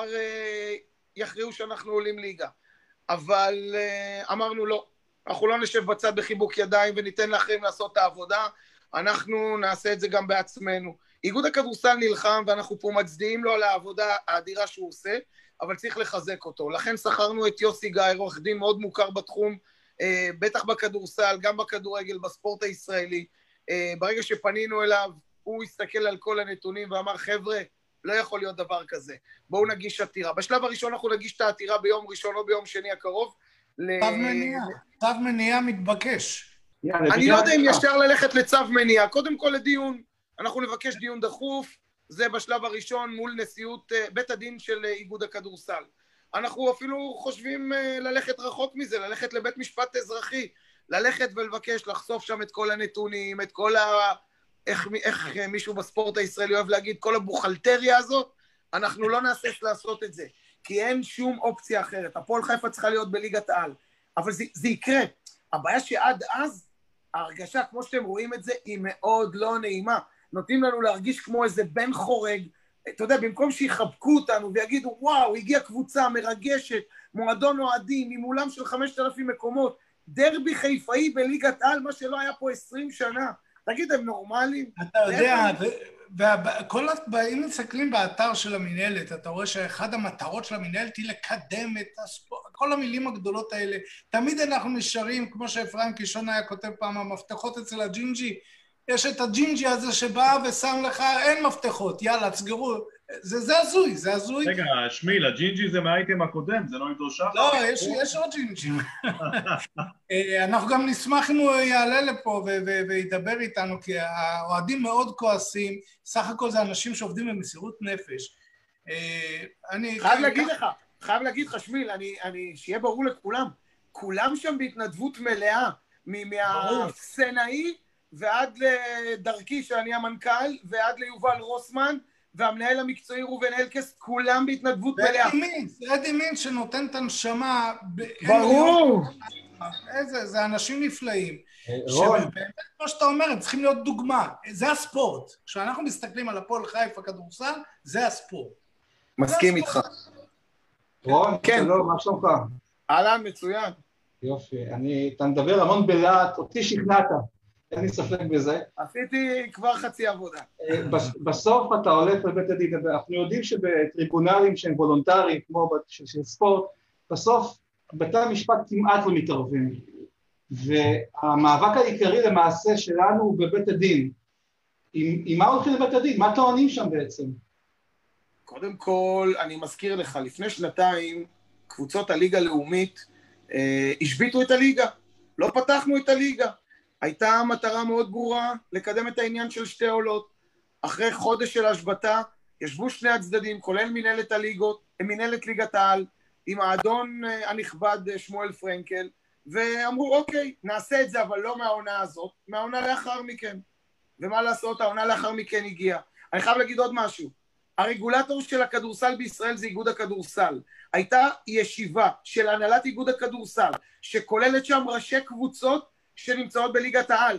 יכריעו שאנחנו עולים ליגה. אבל אמרנו לא, אנחנו לא נשב בצד בחיבוק ידיים וניתן לאחרים לעשות את העבודה, אנחנו נעשה את זה גם בעצמנו. איגוד הכדורסל נלחם ואנחנו פה מצדיעים לו על העבודה האדירה שהוא עושה, אבל צריך לחזק אותו. לכן שכרנו את יוסי גיא, עורך דין מאוד מוכר בתחום, בטח בכדורסל, גם בכדורגל, בספורט הישראלי. ברגע שפנינו אליו, הוא הסתכל על כל הנתונים ואמר, חבר'ה, לא יכול להיות דבר כזה. בואו נגיש עתירה. בשלב הראשון אנחנו נגיש את העתירה ביום ראשון או ביום שני הקרוב, צו מניעה מתבקש. אני לא יודע אם ישר ללכת לצו מניעה, קודם כל לדיון, אנחנו נבקש דיון דחוף, זה בשלב הראשון מול נשיאות בית הדין של איגוד הכדורסל. אנחנו אפילו חושבים ללכת רחוק מזה, ללכת לבית משפט אזרחי, ללכת ולבקש לחשוף שם את כל הנתונים, את כל איך מישהו בספורט הישראלי אוהב להגיד, כל הבוכלטריה הזאת, אנחנו לא נעשש לעשות את זה, כי אין שום אופציה אחרת. הפועל חיפה צריכה להיות בליגת העל, אבל זה יקרה. הבעיה שעד אז, ההרגשה, כמו שאתם רואים את זה, היא מאוד לא נעימה. נותנים לנו להרגיש כמו איזה בן חורג, אתה יודע, במקום שיחבקו אותנו ויגידו, וואו, הגיעה קבוצה מרגשת, מועדון אוהדים, עם אולם של 5,000 מקומות, דרבי חיפאי בליגת העל, מה שלא היה פה 20 שנה. תגיד, הם נורמליים? אתה יודע, אם מסתכלים באתר של המנהלת, אתה רואה שאחד המטרות של המנהלת היא לקדם את הספורט, כל המילים הגדולות האלה. תמיד אנחנו נשארים, כמו שאפרים קישון היה כותב פעם, המפתחות אצל הג'ינג'י, יש את הג'ינג'י הזה שבא ושם לך, אין מפתחות, יאללה, תסגרו. זה הזוי, זה הזוי. רגע, שמיל, הג'ינג'י זה מהאייטם הקודם, זה לא עידו שחר? לא, יש עוד ג'ינג'ים. אנחנו גם נשמח אם הוא יעלה לפה וידבר איתנו, כי האוהדים מאוד כועסים, סך הכל זה אנשים שעובדים במסירות נפש. חייב להגיד לך, שמיל, שיהיה ברור לכולם, כולם שם בהתנדבות מלאה, מהסנאי ועד לדרכי שאני המנכ"ל, ועד ליובל רוסמן, והמנהל המקצועי ראובן אלקס, כולם בהתנדבות מלאה. אדי מינץ שנותן את הנשמה. ברור. זה אנשים נפלאים. שבאמת, כמו שאתה אומר, הם צריכים להיות דוגמה. זה הספורט. כשאנחנו מסתכלים על הפועל חיפה כדורסל, זה הספורט. מסכים איתך. רון, שלום, מה שלומך? אהלן, מצוין. יופי, אתה מדבר המון בלהט, אותי שכנעת. אין לי ספק בזה. עשיתי כבר חצי עבודה. בסוף אתה הולך לבית הדין, אנחנו יודעים שבטריבונלים שהם וולונטריים, כמו של ספורט, בסוף בתי המשפט כמעט לא מתערבים. והמאבק העיקרי למעשה שלנו הוא בבית הדין. עם מה הולכים לבית הדין? מה טוענים שם בעצם? קודם כל, אני מזכיר לך, לפני שנתיים, קבוצות הליגה הלאומית השביתו את הליגה. לא פתחנו את הליגה. הייתה מטרה מאוד ברורה לקדם את העניין של שתי עולות. אחרי חודש של השבתה, ישבו שני הצדדים, כולל מנהלת הליגות, מנהלת ליגת העל, עם האדון הנכבד שמואל פרנקל, ואמרו, אוקיי, נעשה את זה, אבל לא מהעונה הזאת, מהעונה לאחר מכן. ומה לעשות, העונה לאחר מכן הגיעה. אני חייב להגיד עוד משהו. הרגולטור של הכדורסל בישראל זה איגוד הכדורסל. הייתה ישיבה של הנהלת איגוד הכדורסל, שכוללת שם ראשי קבוצות, שנמצאות בליגת העל.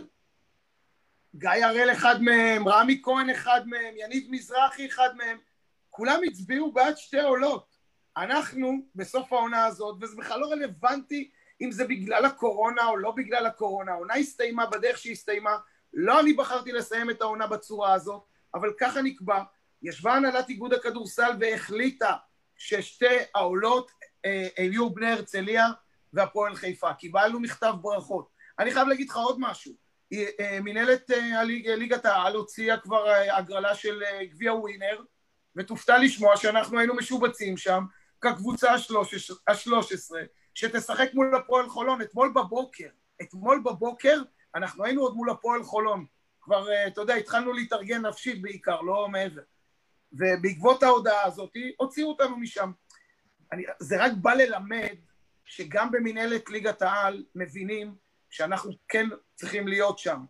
גיא הראל אחד מהם, רמי כהן אחד מהם, יניב מזרחי אחד מהם, כולם הצביעו בעד שתי עולות. אנחנו בסוף העונה הזאת, וזה בכלל לא רלוונטי אם זה בגלל הקורונה או לא בגלל הקורונה, העונה הסתיימה בדרך שהיא הסתיימה, לא אני בחרתי לסיים את העונה בצורה הזאת, אבל ככה נקבע, ישבה הנהלת איגוד הכדורסל והחליטה ששתי העולות יהיו בני הרצליה והפועל חיפה, קיבלנו מכתב ברכות. אני חייב להגיד לך עוד משהו, מנהלת ליגת העל הוציאה כבר הגרלה של גביע ווינר, ותופתע לשמוע שאנחנו היינו משובצים שם, כקבוצה ה-13, שתשחק מול הפועל חולון. אתמול בבוקר, אנחנו היינו עוד מול הפועל חולון, כבר, אתה יודע, התחלנו להתארגן נפשית בעיקר, לא מעבר, ובעקבות ההודעה הזאת, הוציאו אותנו משם. זה רק בא ללמד, שגם במנהלת ליגת העל מבינים, שאנחנו כן צריכים להיות שם.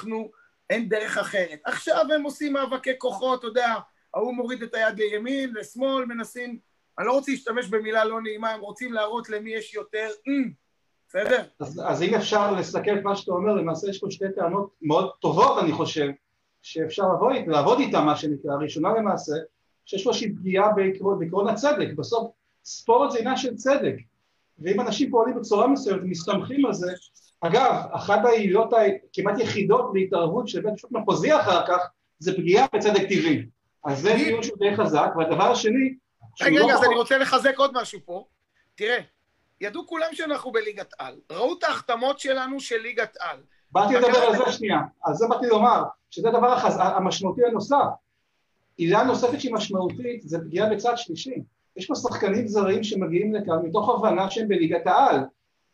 אין דרך אחרת. עכשיו הם עושים מאבקי כוחות, אתה יודע, ההוא מוריד את היד לימין, לשמאל, מנסים, אני לא רוצה להשתמש במילה לא נעימה, הם רוצים להראות למי יש יותר, בסדר? אז אם אפשר לסתכל את מה שאתה אומר, למעשה יש פה שתי טענות מאוד טובות, אני חושב, שאפשר לעבוד איתם, מה שנקרא. הראשונה למעשה, שיש פה שהיא פגיעה בעקרון הצדק. בסוף, ספורט זה עניין של צדק. ואם אנשים פועלים בצורה מסוימת, מסתמכים על זה, אגב, אחת העילות כמעט יחידות להתערבות של בית משפט מחוזי אחר כך, זה פגיעה בצדק טבעי. אז זה דיון שהוא די חזק, והדבר השני... רגע, אז אני רוצה לחזק עוד משהו פה. תראה, ידעו כולם שאנחנו בליגת על. ראו את ההחתמות שלנו של ליגת על. באתי לדבר על זה שנייה. על זה באתי לומר, שזה הדבר המשמעותי הנוסף. עילה נוספת שהיא משמעותית, זה פגיעה בצד שלישי. יש פה שחקנים זרים שמגיעים לכאן מתוך הבנה שהם בליגת העל.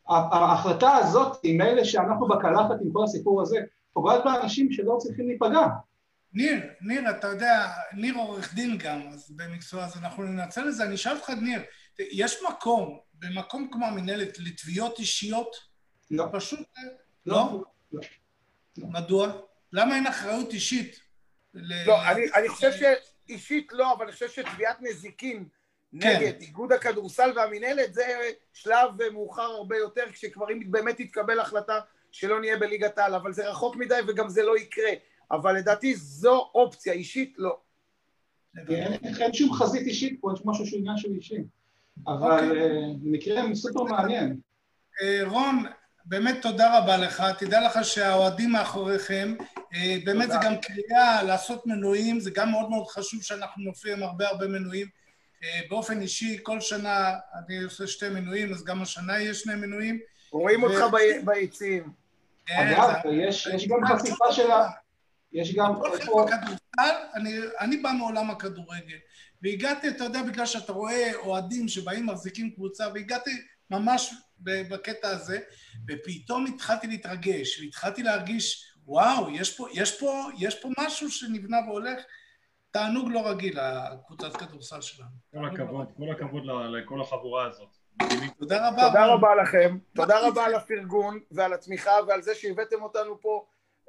ההחלטה הזאת, עם אלה שאנחנו בקלחת עם כל הסיפור הזה, פוגעת באנשים שלא צריכים להיפגע. ניר, אתה יודע, ניר עורך דין גם, אז במקצוע, אז אנחנו ננצל את זה. אני אשאל אותך, ניר, יש מקום, במקום כמו המנהלת, לתביעות אישיות? לא. פשוט, לא? לא. מדוע? למה אין אחריות אישית? לא, אני חושב שאישית לא, אבל אני חושב שתביעת נזיקין נגד איגוד הכדורסל והמנהלת זה שלב מאוחר הרבה יותר, כשכבר אם באמת תתקבל החלטה שלא נהיה בליגת העל, אבל זה רחוק מדי וגם זה לא יקרה. אבל לדעתי זו אופציה, אישית לא. אין שום חזית אישית פה, אין משהו שהוא עניין של אישי. אבל מקרה סופר מעניין. רון, באמת תודה רבה לך, תדע לך שהאוהדים מאחוריכם, באמת זה גם קריאה לעשות מנויים, זה גם מאוד מאוד חשוב שאנחנו נופיע עם הרבה מנויים. באופן אישי, כל שנה אני עושה 2 מנויים, אז גם השנה יש 2 מנויים. רואים אותך ביציעים. אגב, יש גם חשיפה שלה. יש גם... אני בא מעולם הכדורגל, והגעתי, אתה יודע, בגלל שאתה רואה אוהדים שבאים מחזיקים קבוצה, והגעתי ממש בקטע הזה, ופתאום התחלתי להתרגש, והתחלתי להרגיש, וואו, יש פה משהו שנבנה והולך, תענוג לא רגיל, הקבוצת כדורסל שלנו. כל הכבוד לכל החבורה הזאת. תודה רבה. תודה רבה לכם, תודה רבה על הפרגון ועל התמיכה ועל זה שהבאתם אותנו פה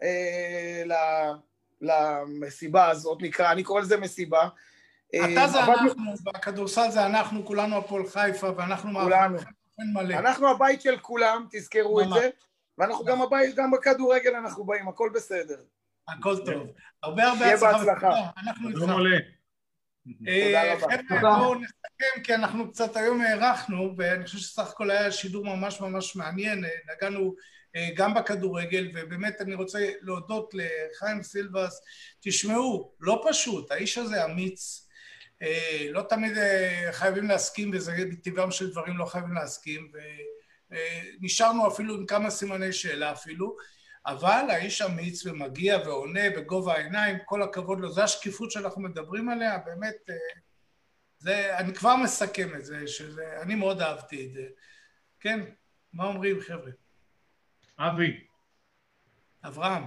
למסיבה הזאת, אני קורא לזה מסיבה. אתה זה אנחנו, בכדורסל זה אנחנו, כולנו הפועל חיפה, ואנחנו מלא. אנחנו הבית של כולם, תזכרו את זה, ואנחנו גם הבית, גם בכדורגל אנחנו באים, הכל בסדר. הכל טוב. הרבה בהצלחה. אנחנו איתך. תודה רבה. חבר'ה, בואו נסכם, כי אנחנו קצת היום הארכנו, ואני חושב שסך הכל היה שידור ממש מעניין, נגענו גם בכדורגל, ובאמת אני רוצה להודות לחיים סילבס. תשמעו, לא פשוט, האיש הזה אמיץ, לא תמיד חייבים להסכים, וזה טבעם של דברים לא חייבים להסכים, ונשארנו אפילו עם כמה סימני שאלה אפילו, אבל האיש אמיץ ומגיע ועונה בגובה העיניים, כל הכבוד לו, זה השקיפות שאנחנו מדברים עליה, באמת, אני כבר מסכם את זה, אני מאוד אהבתי את זה. כן, מה אומרים חבר'ה? אבי. אברהם.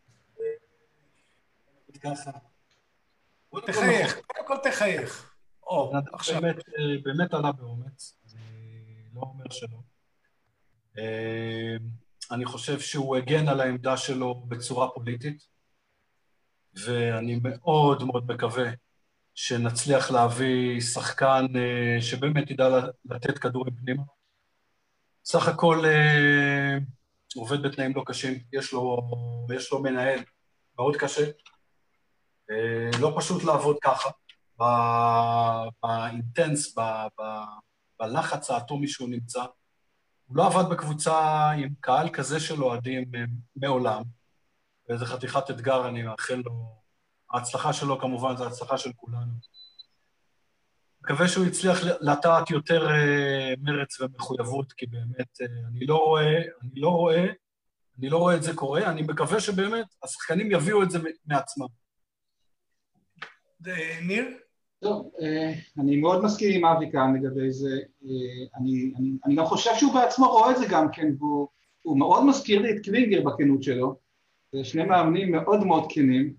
ככה. תחייך, קודם כל תחייך. עכשיו. באמת עלה באומץ, אני לא אומר שלא. אני חושב שהוא הגן על העמדה שלו בצורה פוליטית, ואני מאוד מקווה שנצליח להביא שחקן שבאמת ידע לתת כדורים פנימה. סך הכל עובד בתנאים לא קשים, יש לו מנהל מאוד קשה, לא פשוט לעבוד ככה, באינטנס, בלחץ האטומי שהוא נמצא. הוא לא עבד בקבוצה עם קהל כזה של אוהדים מעולם, ואיזה חתיכת אתגר, אני מאחל לו, ההצלחה שלו כמובן זה ההצלחה של כולנו. מקווה שהוא יצליח לטעת יותר מרץ ומחויבות, כי באמת אני לא רואה את זה קורה, אני מקווה שבאמת השחקנים יביאו את זה מעצמם. ניר? טוב, אני מאוד מסכים עם אבי כאן לגבי זה, אני גם חושב שהוא בעצמו רואה את זה גם כן, והוא מאוד מזכיר לי את קלינגר בכנות שלו, זה 2 מאמנים מאוד כנים,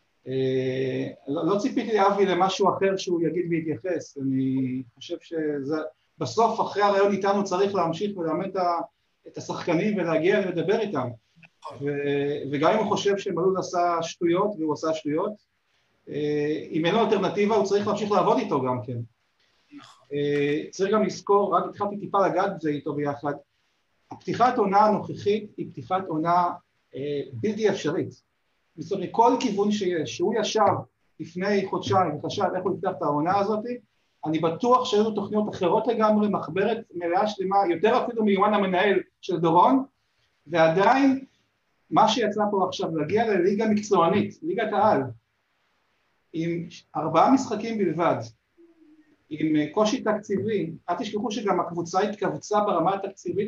לא ציפיתי אבי למשהו אחר שהוא יגיד ויתייחס, אני חושב שבסוף אחרי הרעיון איתנו צריך להמשיך ולאמן את השחקנים ולהגיע ולדבר איתם, וגם אם הוא חושב שמלול עשה שטויות והוא עשה שטויות, אם אין לו אלטרנטיבה, הוא צריך להמשיך לעבוד איתו גם כן. צריך גם לזכור, רק התחלתי טיפה לגעת בזה איתו ביחד, הפתיחת עונה הנוכחית היא פתיחת עונה בלתי אפשרית. זאת אומרת, מכל כיוון שיש, שהוא ישב לפני חודשיים וחשב איך הוא יפתח את העונה הזאת, אני בטוח שהיו תוכניות אחרות לגמרי, מחברת מלאה שלמה, יותר אפילו מיומן המנהל של דורון, ועדיין מה שיצא פה עכשיו, להגיע לליגה מקצוענית, ליגת העל, עם 4 משחקים בלבד, עם קושי תקציבי, אל תשכחו שגם הקבוצה התכווצה ברמה התקציבית,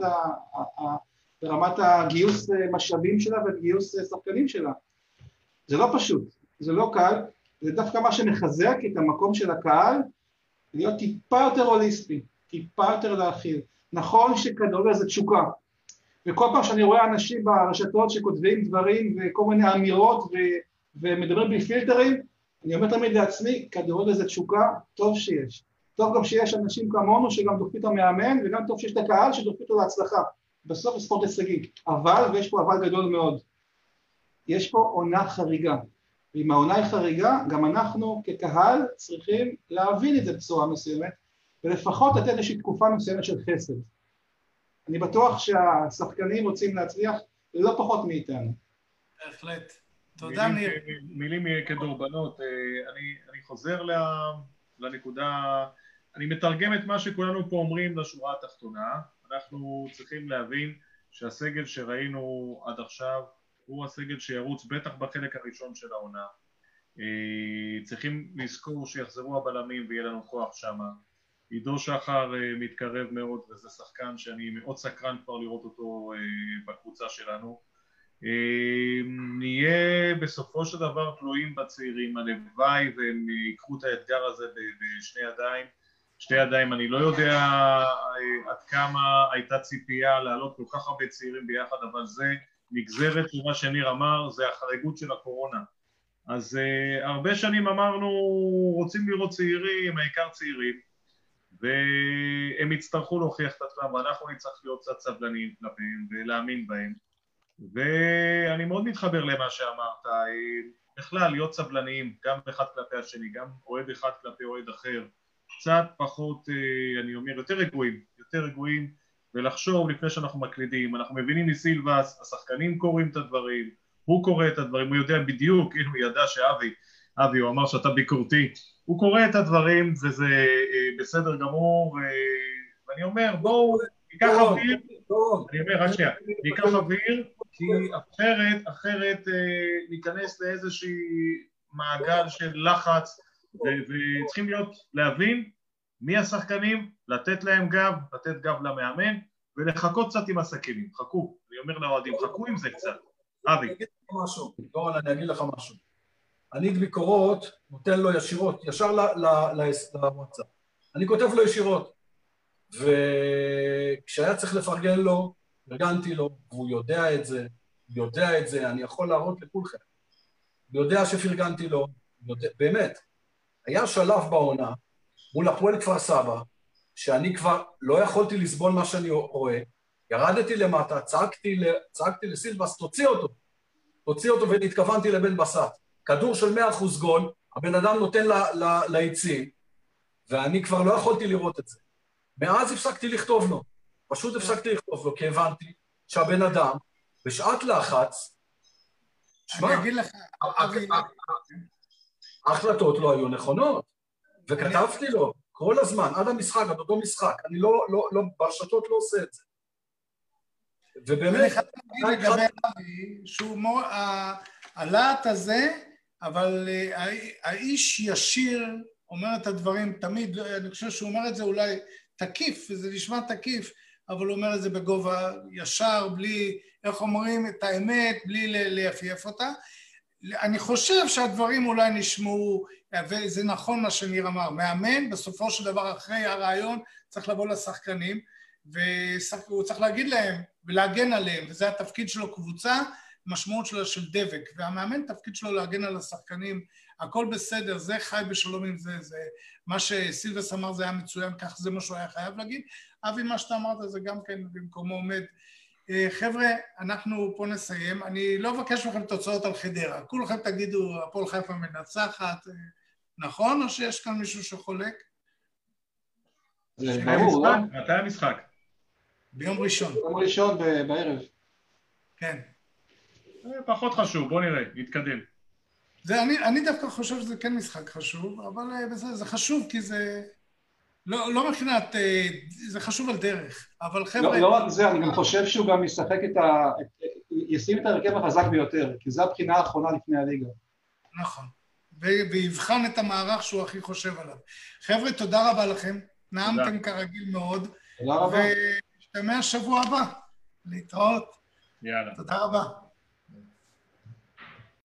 ברמת הגיוס משאבים שלה וגיוס שחקנים שלה. זה לא פשוט, זה לא קל, זה דווקא מה שמחזק את המקום של הקהל, להיות טיפה יותר הוליסטי, טיפה יותר להכיל. נכון שכדורגל זה תשוקה, וכל פעם שאני רואה אנשים ברשתות שכותבים דברים וכל מיני אמירות ומדברים בלי פילטרים, אני אומר תמיד לעצמי, כדורגל זה תשוקה, טוב שיש. טוב גם שיש אנשים כמונו שגם דוחפים את המאמן, וגם טוב שיש את הקהל שדוחפים אותו להצלחה. בסוף ספורט הישגי. אבל, ויש פה אבל גדול מאוד, יש פה עונה חריגה. ואם העונה היא חריגה, גם אנחנו כקהל צריכים להבין את זה בצורה מסוימת, ולפחות לתת איזושהי תקופה מסוימת של חסד. אני בטוח שהשחקנים רוצים להצליח לא פחות מאיתנו. בהחלט. תודה, ניר. מילים כדורבנות. אני חוזר לנקודה, אני מתרגם את מה שכולנו פה אומרים לשורה התחתונה. אנחנו צריכים להבין שהסגל שראינו עד עכשיו הוא הסגל שירוץ בטח בחלק הראשון של העונה. צריכים לזכור שיחזרו הבלמים ויהיה לנו כוח שם. עידו שחר מתקרב מאוד, וזה שחקן שאני מאוד סקרן כבר לראות אותו בקבוצה שלנו. נהיה בסופו של דבר תלויים בצעירים, הלוואי והם ייקחו את האתגר הזה בשני ידיים. שתי ידיים, אני לא יודע עד כמה הייתה ציפייה לעלות כל כך הרבה צעירים ביחד, אבל זה נגזרת למה שניר אמר, זה החריגות של הקורונה. אז הרבה שנים אמרנו רוצים לראות צעירים, העיקר צעירים, והם יצטרכו להוכיח את עצמם, ואנחנו נצטרך להיות קצת סבלניים כלפיהם ולהאמין בהם. ואני מאוד מתחבר למה שאמרת, בכלל להיות סבלניים, גם אחד כלפי השני, גם אוהד אחד כלפי אוהד אחר, קצת פחות, אני אומר, יותר רגועים, ולחשוב לפני שאנחנו מקלידים. אנחנו מבינים מסילבס, השחקנים קוראים את הדברים, הוא קורא את הדברים, הוא יודע בדיוק, כאילו הוא ידע שאבי, הוא אמר שאתה ביקורתי, הוא קורא את הדברים, וזה בסדר גמור, ואני אומר, בואו, ניקח אוויר, אני אומר, רק שנייה, ניקח אוויר, כי אחרת ניכנס לאיזושהי מעגל של לחץ, וצריכים להבין מי השחקנים, לתת להם גב, לתת גב למאמן, ולחכות קצת עם הסכינים. חכו, אני אומר לאוהדים, חכו עם זה קצת. אבי. אני אגיד לך משהו. אני את ביקורות נותן לו ישירות, ישר לוואטסאפ. אני כותב לו ישירות. וכשהיה צריך לפרגן לו, פרגנתי לו, והוא יודע את זה, אני יכול להראות לכולכם. הוא יודע שפרגנתי לו, באמת. היה שלב בעונה, מול הפועל כפר סבא, שאני כבר לא יכולתי לסבול מה שאני רואה, ירדתי למטה, צעקתי לסילבס, תוציא אותו, והתכוונתי לבן בסט. כדור של 100% גול, הבן אדם נותן ליצים, ואני כבר לא יכולתי לראות את זה. מאז הפסקתי לכתוב לו, פשוט הפסקתי לכתוב לו, כי הבנתי שהבן אדם, בשעת לחץ, אני אגיד לך, ההחלטות לא היו נכונות, וכתבתי לו כל הזמן, עד המשחק, עד אותו משחק, אני לא, ברשתות לא עושה את זה. ובאמת, לגבי אבי, שהוא הלהט הזה, אבל האיש ישיר אומר את הדברים תמיד, אני חושב שהוא אומר את זה אולי תקיף, וזה נשמע תקיף, אבל הוא אומר את זה בגובה ישר, בלי, איך אומרים, את האמת, בלי לייפייף אותה. אני חושב שהדברים אולי נשמעו, וזה נכון מה שניר אמר, מאמן בסופו של דבר אחרי הרעיון צריך לבוא לשחקנים, והוא צריך להגיד להם ולהגן עליהם, וזה התפקיד שלו קבוצה, משמעות שלו של דבק, והמאמן תפקיד שלו להגן על השחקנים, הכל בסדר, זה חי בשלום עם זה, זה מה שסילבס אמר זה היה מצוין, כך זה מה שהוא היה חייב להגיד, אבי מה שאתה אמרת זה גם כן במקומו עומד. חבר'ה, אנחנו פה נסיים, אני לא מבקש מכם תוצאות על חדרה, כולכם תגידו הפועל חיפה מנצחת, נכון? או שיש כאן מישהו שחולק? מתי המשחק? ביום ראשון. ביום ראשון בערב. כן. פחות חשוב, בוא נראה, נתקדם. אני דווקא חושב שזה כן משחק חשוב, אבל זה חשוב כי זה לא מבחינת, זה חשוב על דרך, אבל חבר'ה... לא רק זה, אני גם חושב שהוא גם ישחק ישים את הרכב החזק ביותר, כי זו הבחינה האחרונה לפני הליגה. נכון, ויבחן את המערך שהוא הכי חושב עליו. חבר'ה, תודה רבה לכם, נעמתם כרגיל מאוד. תודה רבה. ונשתמע שבוע הבא, להתראות. יאללה. תודה רבה.